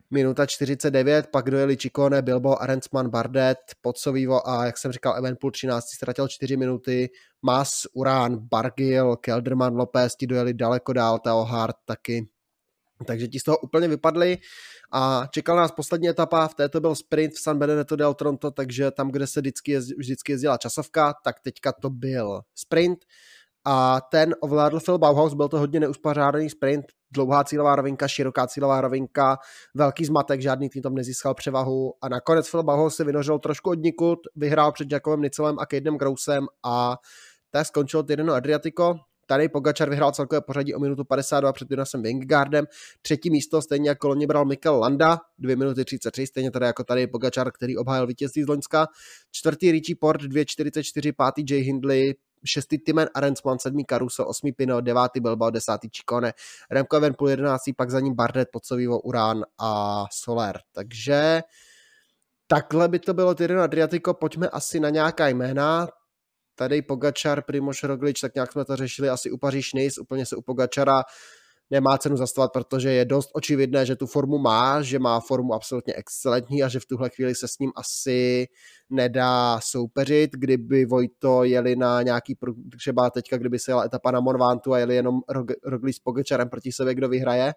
minuta čtyřicet devět, pak dojeli Ciccone, Bilbao, Arensman, Bardet, Pozzovivo a jak jsem říkal Evenepoel třináct ztratil čtyři minuty, Mas, Urán, Bargiel, Kelderman, Lopez, ti dojeli daleko dál, Theo Hart taky. Takže ti z toho úplně vypadli a čekal nás poslední etapa, v této byl sprint v San Benedetto del Tronto, takže tam, kde se vždycky, jezd, vždycky jezdila časovka, tak teďka to byl sprint a ten ovládl Phil Bauhaus, byl to hodně neuspořádaný sprint, dlouhá cílová rovinka, široká cílová rovinka, velký zmatek, žádný tým tam nezískal převahu a nakonec Phil Bauhaus se vynořil trošku od nikud, vyhrál před Jacobem Nicelem a Cadenem Grousem a tak skončil Tirreno Adriatico. Tady Pogačar vyhrál celkové pořadí o minutu padesát dva před Jonasem Vingegaardem. Třetí místo stejně jako loni bral Mikel Landa, dvě minuty třicet tři, stejně tady jako tady Pogačar, který obhájil vítězství z Loňska. Čtvrtý Richie Porte, dvě čtyřicet čtyři, pátý Jay Hindley, šestý Thymen Arensman, sedmý Caruso, osmý Pinot, devátý Bilbao, desátý Ciccone, Remco Evenepoel jedenáctý, pak za ním Bardet, Pozzovivo, Urán a Soler. Takže takhle by to bylo Tirreno Adriatico, pojďme asi na nějaká jména. Tady Pogačar, Primož Roglič, tak nějak jsme to řešili asi u Paříž-Nice, úplně se u Pogačara nemá cenu zastavovat, protože je dost očividné, že tu formu má, že má formu absolutně excelentní a že v tuhle chvíli se s ním asi nedá soupeřit. Kdyby Vojto jeli na nějaký, třeba teďka, kdyby se jela etapa na Monvantu a jeli jenom Roglič s Pogačarem proti sobě, kdo vyhraje?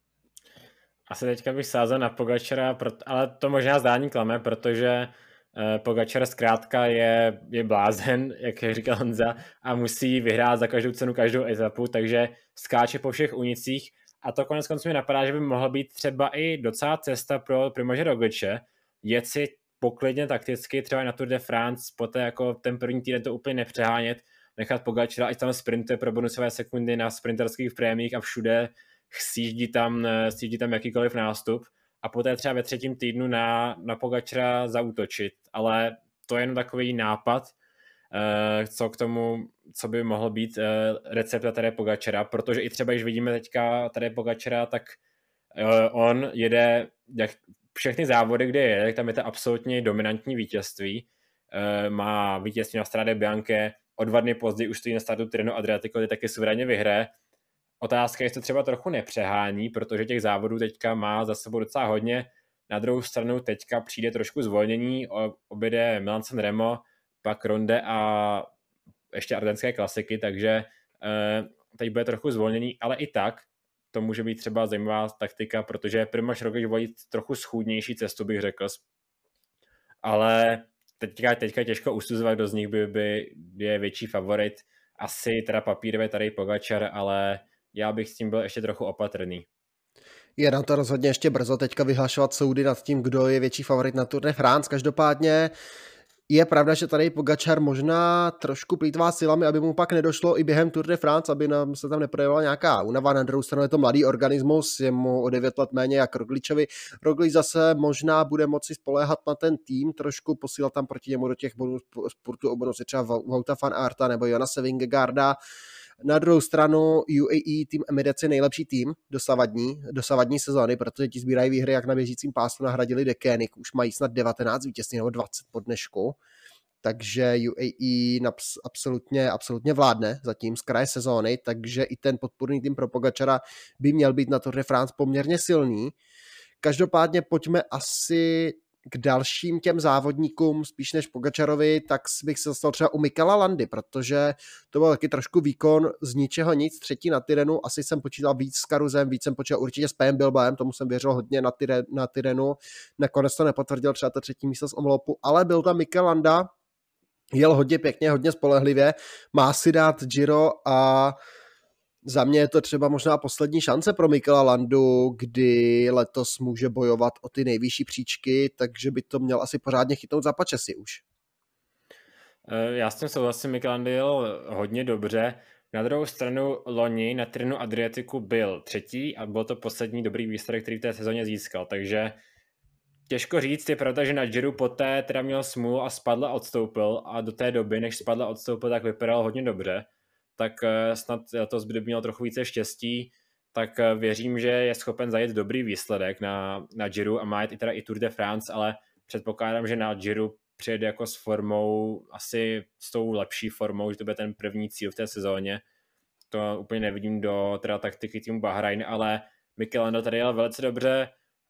Asi teďka bych sázel na Pogačara, ale to možná zdání klame, protože Pogačar zkrátka je, je blázen, jak říkal Honza, a musí vyhrát za každou cenu každou etapu, takže skáče po všech únicích a to konec konců mi napadá, že by mohla být třeba i docela cesta pro Primože Rogliče, jet si poklidně takticky třeba na Tour de France, poté jako ten první týden to úplně nepřehánět, nechat Pogačara, ať tam sprintuje pro bonusové sekundy na sprinterských prémiích a všude sjíždí tam, sjíždí tam jakýkoliv nástup. A poté třeba ve třetím týdnu na, na Pogačara zaútočit. Ale to je jenom takový nápad, uh, co k tomu, co by mohlo být uh, recepta tady Pogačara, protože i třeba, když vidíme teďka tady Pogačara, tak uh, on jede jak všechny závody, kde je, tam je to absolutně dominantní vítězství. Uh, má vítězství na Strade Bianche, o dva dny později už stojí na startu Tirreno Adriatico, kde taky suverénně vyhraje. Otázka je, jestli to třeba trochu nepřehání, protože těch závodů teďka má za sebou docela hodně. Na druhou stranu teďka přijde trošku zvolnění, objede Milan-San Remo, pak Ronde a ještě ardenské klasiky, takže teď bude trochu zvolnění, ale i tak to může být třeba zajímavá taktika, protože Primož Roglič volí trochu schůdnější cestu, bych řekl. Ale teďka, teďka je těžko usuzovat, kdo z nich by, by je větší favorit. Asi teda papírově tady Pogačar, ale já bych s tím byl ještě trochu opatrný. Je na to rozhodně ještě brzo teďka vyhlašovat soudy nad tím, kdo je větší favorit na Tour de France. Každopádně je pravda, že tady Pogačar možná trošku plýtvá silami, aby mu pak nedošlo i během Tour de France, aby nám se tam neprojevovala nějaká únava. Na druhou stranu je to mladý organismus, je mu o devět let méně jak Rogličovi. Roglič zase možná bude moci spoléhat na ten tým, trošku posílat tam proti němu do těch bonus sportu o bonusy třeba Wouta van Aerta nebo Jonase Vingegaarda. Na druhou stranu U A E tým Emirates je nejlepší tým dosavadní, dosavadní sezóny, protože ti sbírají výhry jak na běžícím pásu, nahradili Deceuninck, už mají snad devatenáct vítězství nebo dvacet po dnešku, takže U A E absolutně, absolutně vládne zatím z kraje sezóny, takže i ten podpůrný tým pro Pogačara by měl být na Tour de France poměrně silný. Každopádně pojďme asi k dalším těm závodníkům, spíš než Pogačarovi, tak bych se dostal třeba u Mikela Landy, protože to byl taky trošku výkon z ničeho nic, třetí na Tirrenu, asi jsem počítal víc s Karuzem, víc jsem počítal určitě s P M Bilbaem, tomu jsem věřil hodně na, tyre, na Tirrenu, nakonec to nepotvrdil třeba to třetí místo z omlopu, ale byl tam Mikel Landa, jel hodně pěkně, hodně spolehlivě, má si dát Giro a za mě je to třeba možná poslední šance pro Mikela Landu, kdy letos může bojovat o ty nejvyšší příčky, takže by to měl asi pořádně chytnout za pačesy už. Já s tím souhlasím, Mikel Landa jel hodně dobře. Na druhou stranu loni na Tirrenu Adriatiku byl třetí a byl to poslední dobrý výsledek, který v té sezóně získal, takže těžko říct, je pravda, že na Giro poté teda měl smůlu a spadl a odstoupil a do té doby, než spadl a odstoupil, tak vypadal hodně dobře. Tak snad to by měl trochu více štěstí, tak věřím, že je schopen zajet dobrý výsledek na, na Giro a má jet i teda i Tour de France, ale předpokládám, že na Giro přijede jako s formou, asi s tou lepší formou, že to bude ten první cíl v té sezóně. To úplně nevidím do teda taktiky týmu Bahrain, ale Mikel Landa tady jel velice dobře,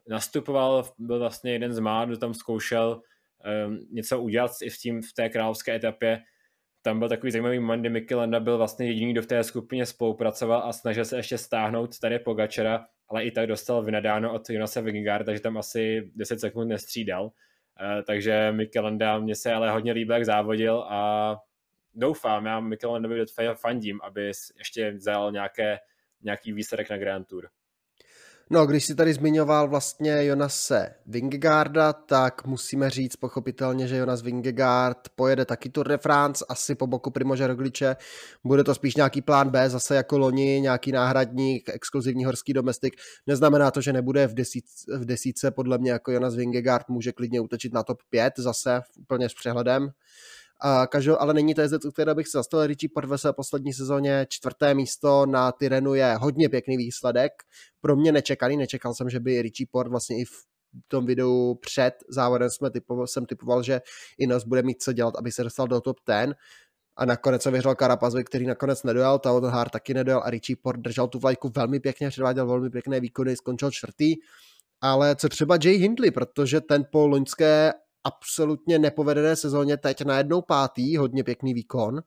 nastupoval, byl vlastně jeden z mála, kdo tam zkoušel um, něco udělat i v, tím, v té královské etapě. Tam byl takový zajímavý moment, kdy Mikel Landa byl vlastně jediný, kdo v té skupině spolupracoval a snažil se ještě stáhnout tady Pogačara, ale i tak dostal vynadáno od Jonase Vingegaarda, takže tam asi deset sekund nestřídal. Uh, takže Mikel Landa, mě se ale hodně líbil, jak závodil a doufám, já Mikel Landovi fandím, aby ještě vzal nějaké, nějaký výsledek na Grand Tour. No, když si tady zmiňoval vlastně Jonase Vingegaarda, tak musíme říct pochopitelně, že Jonas Vingegaard pojede taky Tour de France, asi po boku Primože Rogliče. Bude to spíš nějaký plán B, zase jako loni, nějaký náhradník, exkluzivní horský domestik. Neznamená to, že nebude v, desíce, v desíce, podle mě jako Jonas Vingegaard může klidně útočit na top pět, zase úplně s přehledem. A každou, ale není to jezdec, u kterého bych se zastavil. Richie Porte ve své poslední sezóně čtvrté místo na Tyrrhenu je hodně pěkný výsledek. Pro mě nečekaný, nečekal jsem, že by Richie Porte vlastně i v tom videu před závodem jsme typoval, jsem typoval, že Ineos bude mít co dělat, aby se dostal do top deset. A nakonec se vyhrál Carapazovi, který nakonec nedojel, Wout van Aert taky nedojel a Richie Porte držel tu vlajku velmi pěkně, předváděl velmi pěkné výkony, skončil čtvrtý. Ale co třeba Jay Hindley, protože ten po loňské absolutně nepovedené sezóně teď najednou pátý, hodně pěkný výkon.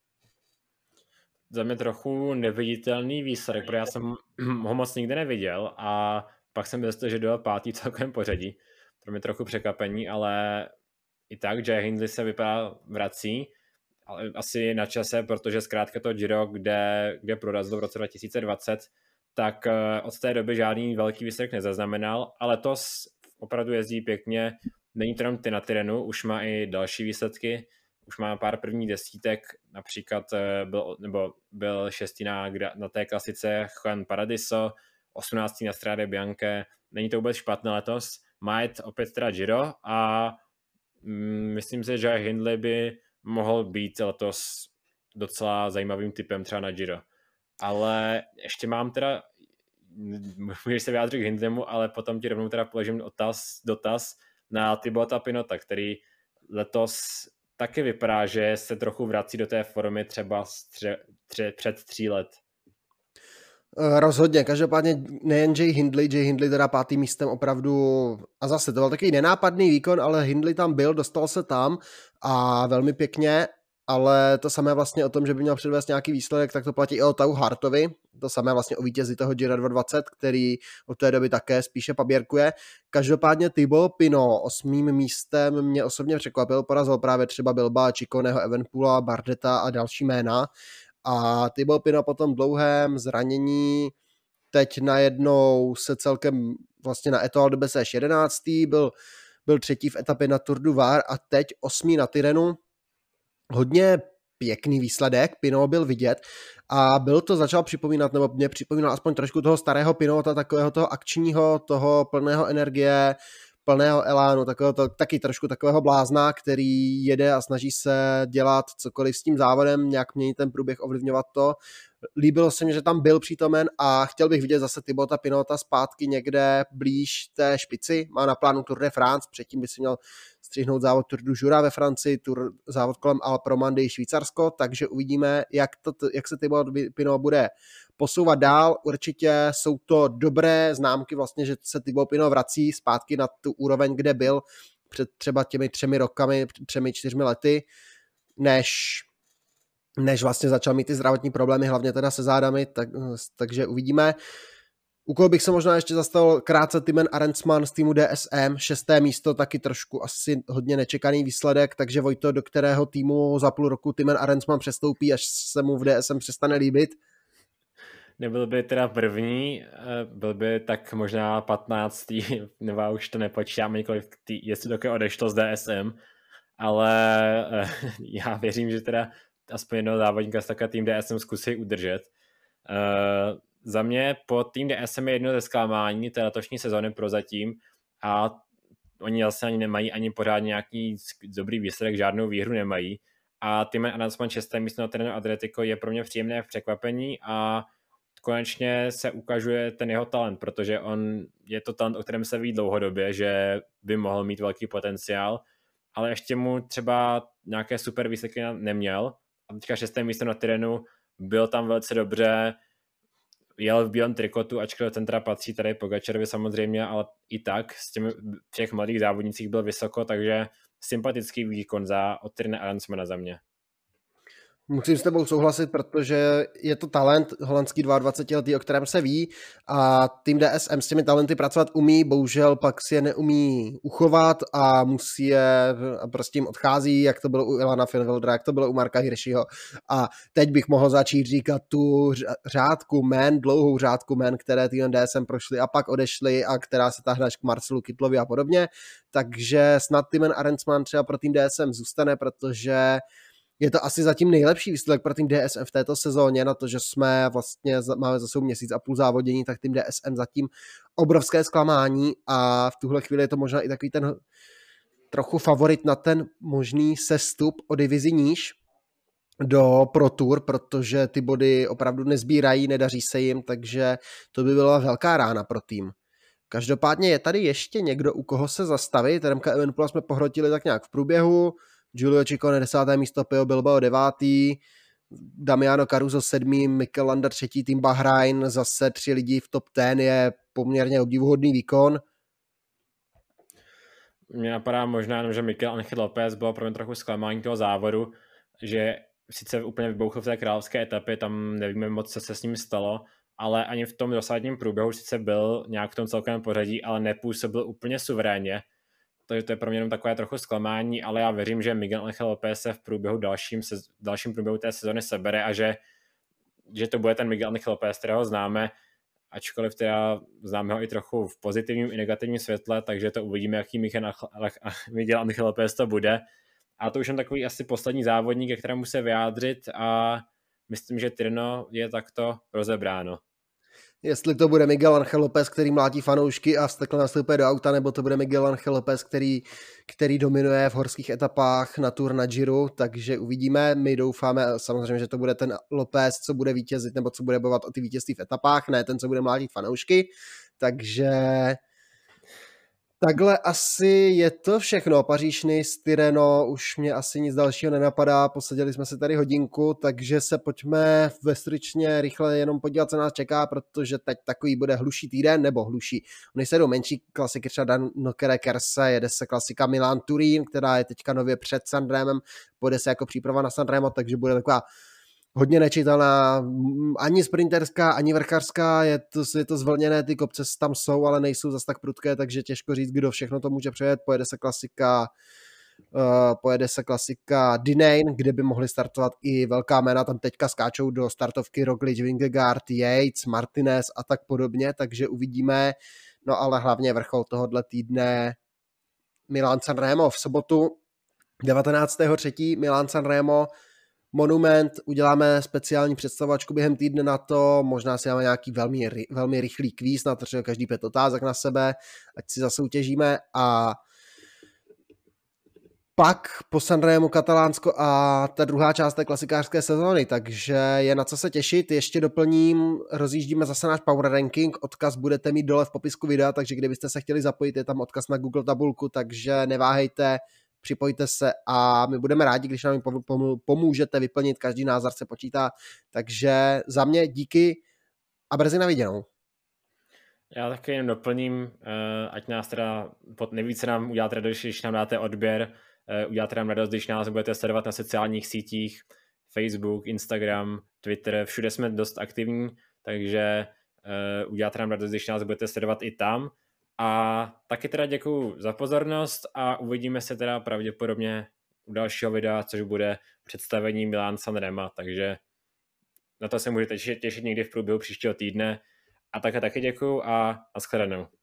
Za mě trochu neviditelný výsledek, protože já jsem ho moc nikdy neviděl a pak jsem byl že dojel pátý celkem pořadí. Pro mě trochu překvapení, ale i tak Jay Hindley se vypadá vrací, ale asi na čase, protože zkrátka to Giro, kde, kde prorazil v roce dva tisíce dvacet, tak od té doby žádný velký výsledek nezaznamenal, ale to opravdu jezdí pěkně. Není to jenom ty na Tyrrhenu, už má i další výsledky, už má pár prvních desítek, například byl, nebo byl šestý na, na té klasice Juan Paradiso, osmnáctý na Strade Bianche, není to vůbec špatné letos, má jet opět teda Giro a mm, myslím si, že Hindley by mohl být letos docela zajímavým typem třeba na Giro. Ale ještě mám teda, můžeš se vyjádřit k Hindleymu, ale potom ti rovnou teda položím otaz, dotaz, na Thibauta Pinota, který letos taky vypadá, že se trochu vrací do té formy třeba stře, tře, před tří let. Rozhodně, každopádně nejen Jay Hindley, Jay Hindley teda pátým místem opravdu, a zase to byl takový nenápadný výkon, ale Hindley tam byl, dostal se tam a velmi pěkně, ale to samé vlastně o tom, že by měl předvést nějaký výsledek, tak to platí i o Tau Hartovi, to samé vlastně o vítězi toho Gira dvacet dvacet, který od té doby také spíše paběrkuje. Každopádně Thibaut Pinot osmým místem mě osobně překvapil, porazil právě třeba Bilba, Ciconeho, Evenepoela, Bardeta a další jména. A Thibaut Pinot po tom dlouhém zranění teď najednou se celkem vlastně na Etoile de Bessèges jedenáctý, byl, byl třetí v etapě na Tour du Var a teď osmý na Tyrrhenu. Hodně pěkný výsledek, Pinot byl vidět a byl to, začal připomínat, nebo mě připomínal aspoň trošku toho starého Pinota, takového toho akčního, toho plného energie, plného elánu, takového to, taky trošku takového blázna, který jede a snaží se dělat cokoliv s tím závodem, nějak měnit ten průběh, ovlivňovat to. Líbilo se mi, že tam byl přítomen a chtěl bych vidět zase Thibauta Pinota zpátky někde blíž té špici. Má na plánu Tour de France, předtím by si měl střihnout závod Tour du Jura ve Francii, tour, závod kolem Alpe Romandie Švýcarsko, takže uvidíme, jak, to, jak se Thibaut Pinot bude posouvat dál. Určitě jsou to dobré známky vlastně, že se Thibaut Pinot vrací zpátky na tu úroveň, kde byl před třeba těmi třemi rokami, třemi, čtyřmi lety, než než vlastně začal mít ty zdravotní problémy, hlavně teda se zádami, tak, takže uvidíme. U koho bych se možná ještě zastavil krátce Timen Arensman z týmu D S M, šesté místo, taky trošku asi hodně nečekaný výsledek, takže Vojto, do kterého týmu za půl roku Timen Arensman přestoupí, až se mu v D S M přestane líbit? Nebyl by teda první, byl by tak možná patnáctý, nebo už to nepočítám několik, jestli také odešlo z D S M, ale já věřím, že teda aspoň jednoho závodníka z takhle tým D S M zkusí udržet. Uh, za mě po tým D S M je jedno ze zklamání té letošní sezóny prozatím a oni zase ani nemají ani pořád nějaký dobrý výsledek, žádnou výhru nemají a Timen Arensman šesté místo na Tirreno Adriatico je pro mě příjemné překvapení a konečně se ukazuje ten jeho talent, protože on je to talent, o kterém se ví dlouhodobě, že by mohl mít velký potenciál, ale ještě mu třeba nějaké super výsledky neměl a teďka šesté místo na Tyrrhenu, byl tam velice dobře, jel v bílém trikotu, ačkoliv centra patří tady Pogačarovi samozřejmě, ale i tak s těmi všech mladých závodnicích byl vysoko, takže sympatický výkon za od Tyrrena Arensmana za mě. Musím s tebou souhlasit, protože je to talent holandský dvacetiletý, o kterém se ví a tým D S M s těmi talenty pracovat umí, bohužel pak si je neumí uchovat a musí je, a prostě jim odchází, jak to bylo u Ilana Finwildera, jak to bylo u Marka Hirschiho a teď bych mohl začít říkat tu řádku men, dlouhou řádku men, které tým D S M prošly a pak odešly a která se tahne až k Marcelu Kytlovi a podobně, takže snad Thymen Arensman třeba pro tým D S M zůstane, protože je to asi zatím nejlepší výsledek pro tým D S M v této sezóně, na to, že jsme vlastně, máme za sebou měsíc a půl závodění, tak tým D S M zatím obrovské zklamání a v tuhle chvíli je to možná i takový ten trochu favorit na ten možný sestup o divizi níž do Pro Tour, protože ty body opravdu nezbírají, nedaří se jim, takže to by byla velká rána pro tým. Každopádně je tady ještě někdo, u koho se zastavit. Remka Evenepoela jsme pohrotili tak nějak v průběhu, Giulio Ciccone desáté místo, Pio Bilbao devátý, Damiano Caruso sedmý, Mikel Landa třetí, tým Bahrain, zase tři lidi v top deset, je poměrně obdivuhodný výkon. Mně napadá možná jenom, že Mikel Angel Lopez bylo pro mě trochu zklamání toho závodu, že sice úplně vybouchl v té královské etapě, tam nevíme moc, co se s ním stalo, ale ani v tom dosadním průběhu sice byl nějak v tom celkovém pořadí, ale nepůsobil úplně suverénně. Takže to je pro mě jenom takové trochu zklamání, ale já věřím, že Miguel Angel Lopez se v průběhu dalším, se, dalším průběhu té sezony sebere a že, že to bude ten Miguel Angel Lopez, kterého známe, ačkoliv teda známe ho i trochu v pozitivním i negativním světle, takže to uvidíme, jaký Miguel Angel Lopez to bude. A to už je takový asi poslední závodník, ke kterému se vyjádřit a myslím, že Tirreno je takto rozebráno. Jestli to bude Miguel Angel Lopez, který mlátí fanoušky a vstekle nastoupí do auta, nebo to bude Miguel Angel Lopez, který, který dominuje v horských etapách na Tour na Giro, takže uvidíme. My doufáme samozřejmě, že to bude ten Lopez, co bude vítězit, nebo co bude bojovat o ty vítězství v etapách, ne ten, co bude mlátit fanoušky. Takže takhle asi je to všechno. Paříž-Nice, Tirreno, už mě asi nic dalšího nenapadá, posadili jsme se tady hodinku, takže se pojďme ve stručně rychle jenom podívat, co nás čeká, protože teď takový bude hluší týden, nebo hluší. Oni se jdou menší klasiky, třeba Danokere Kerse, jede se klasika Milan Turín, která je teďka nově před Sanremem, pojede se jako příprava na Sanremo, takže bude taková hodně nečitelná, ani sprinterská, ani vrchařská, je to, je to zvlněné, ty kopce tam jsou, ale nejsou zas tak prudké, takže těžko říct, kdo všechno to může přejet. Pojede se klasika uh, pojede se klasika Dinane, kde by mohli startovat i velká jména, tam teďka skáčou do startovky Roglič, Vingegaard, Yates, Martinez a tak podobně, takže uvidíme, no ale hlavně vrchol tohohle týdne Milan Sanremo v sobotu devatenáctého třetího Milan Sanremo Monument, uděláme speciální představovačku během týdne na to, možná si dáme nějaký velmi, velmi rychlý kvíz, na to, každý pět otázek na sebe, ať si zasoutěžíme a pak po Sanremu Katalánsko a ta druhá část té klasikářské sezóny, takže je na co se těšit. Ještě doplním, rozjíždíme zase náš Power Ranking, odkaz budete mít dole v popisku videa, takže kdybyste se chtěli zapojit, je tam odkaz na Google tabulku, takže neváhejte, připojte se a my budeme rádi, když nám pomůžete vyplnit, každý názor se počítá, takže za mě díky a brzy na viděnou. Já taky jen doplním, ať nás teda nejvíce nám uděláte radost, když nám dáte odběr, uděláte nám radost, když nás budete sledovat na sociálních sítích, Facebook, Instagram, Twitter, všude jsme dost aktivní, takže uděláte nám radost, když nás budete sledovat i tam. A taky teda děkuju za pozornost a uvidíme se teda pravděpodobně u dalšího videa, což bude představení Milan Sanrema, takže na to se můžete těšit někdy v průběhu příštího týdne. A také taky děkuju a nashledanou.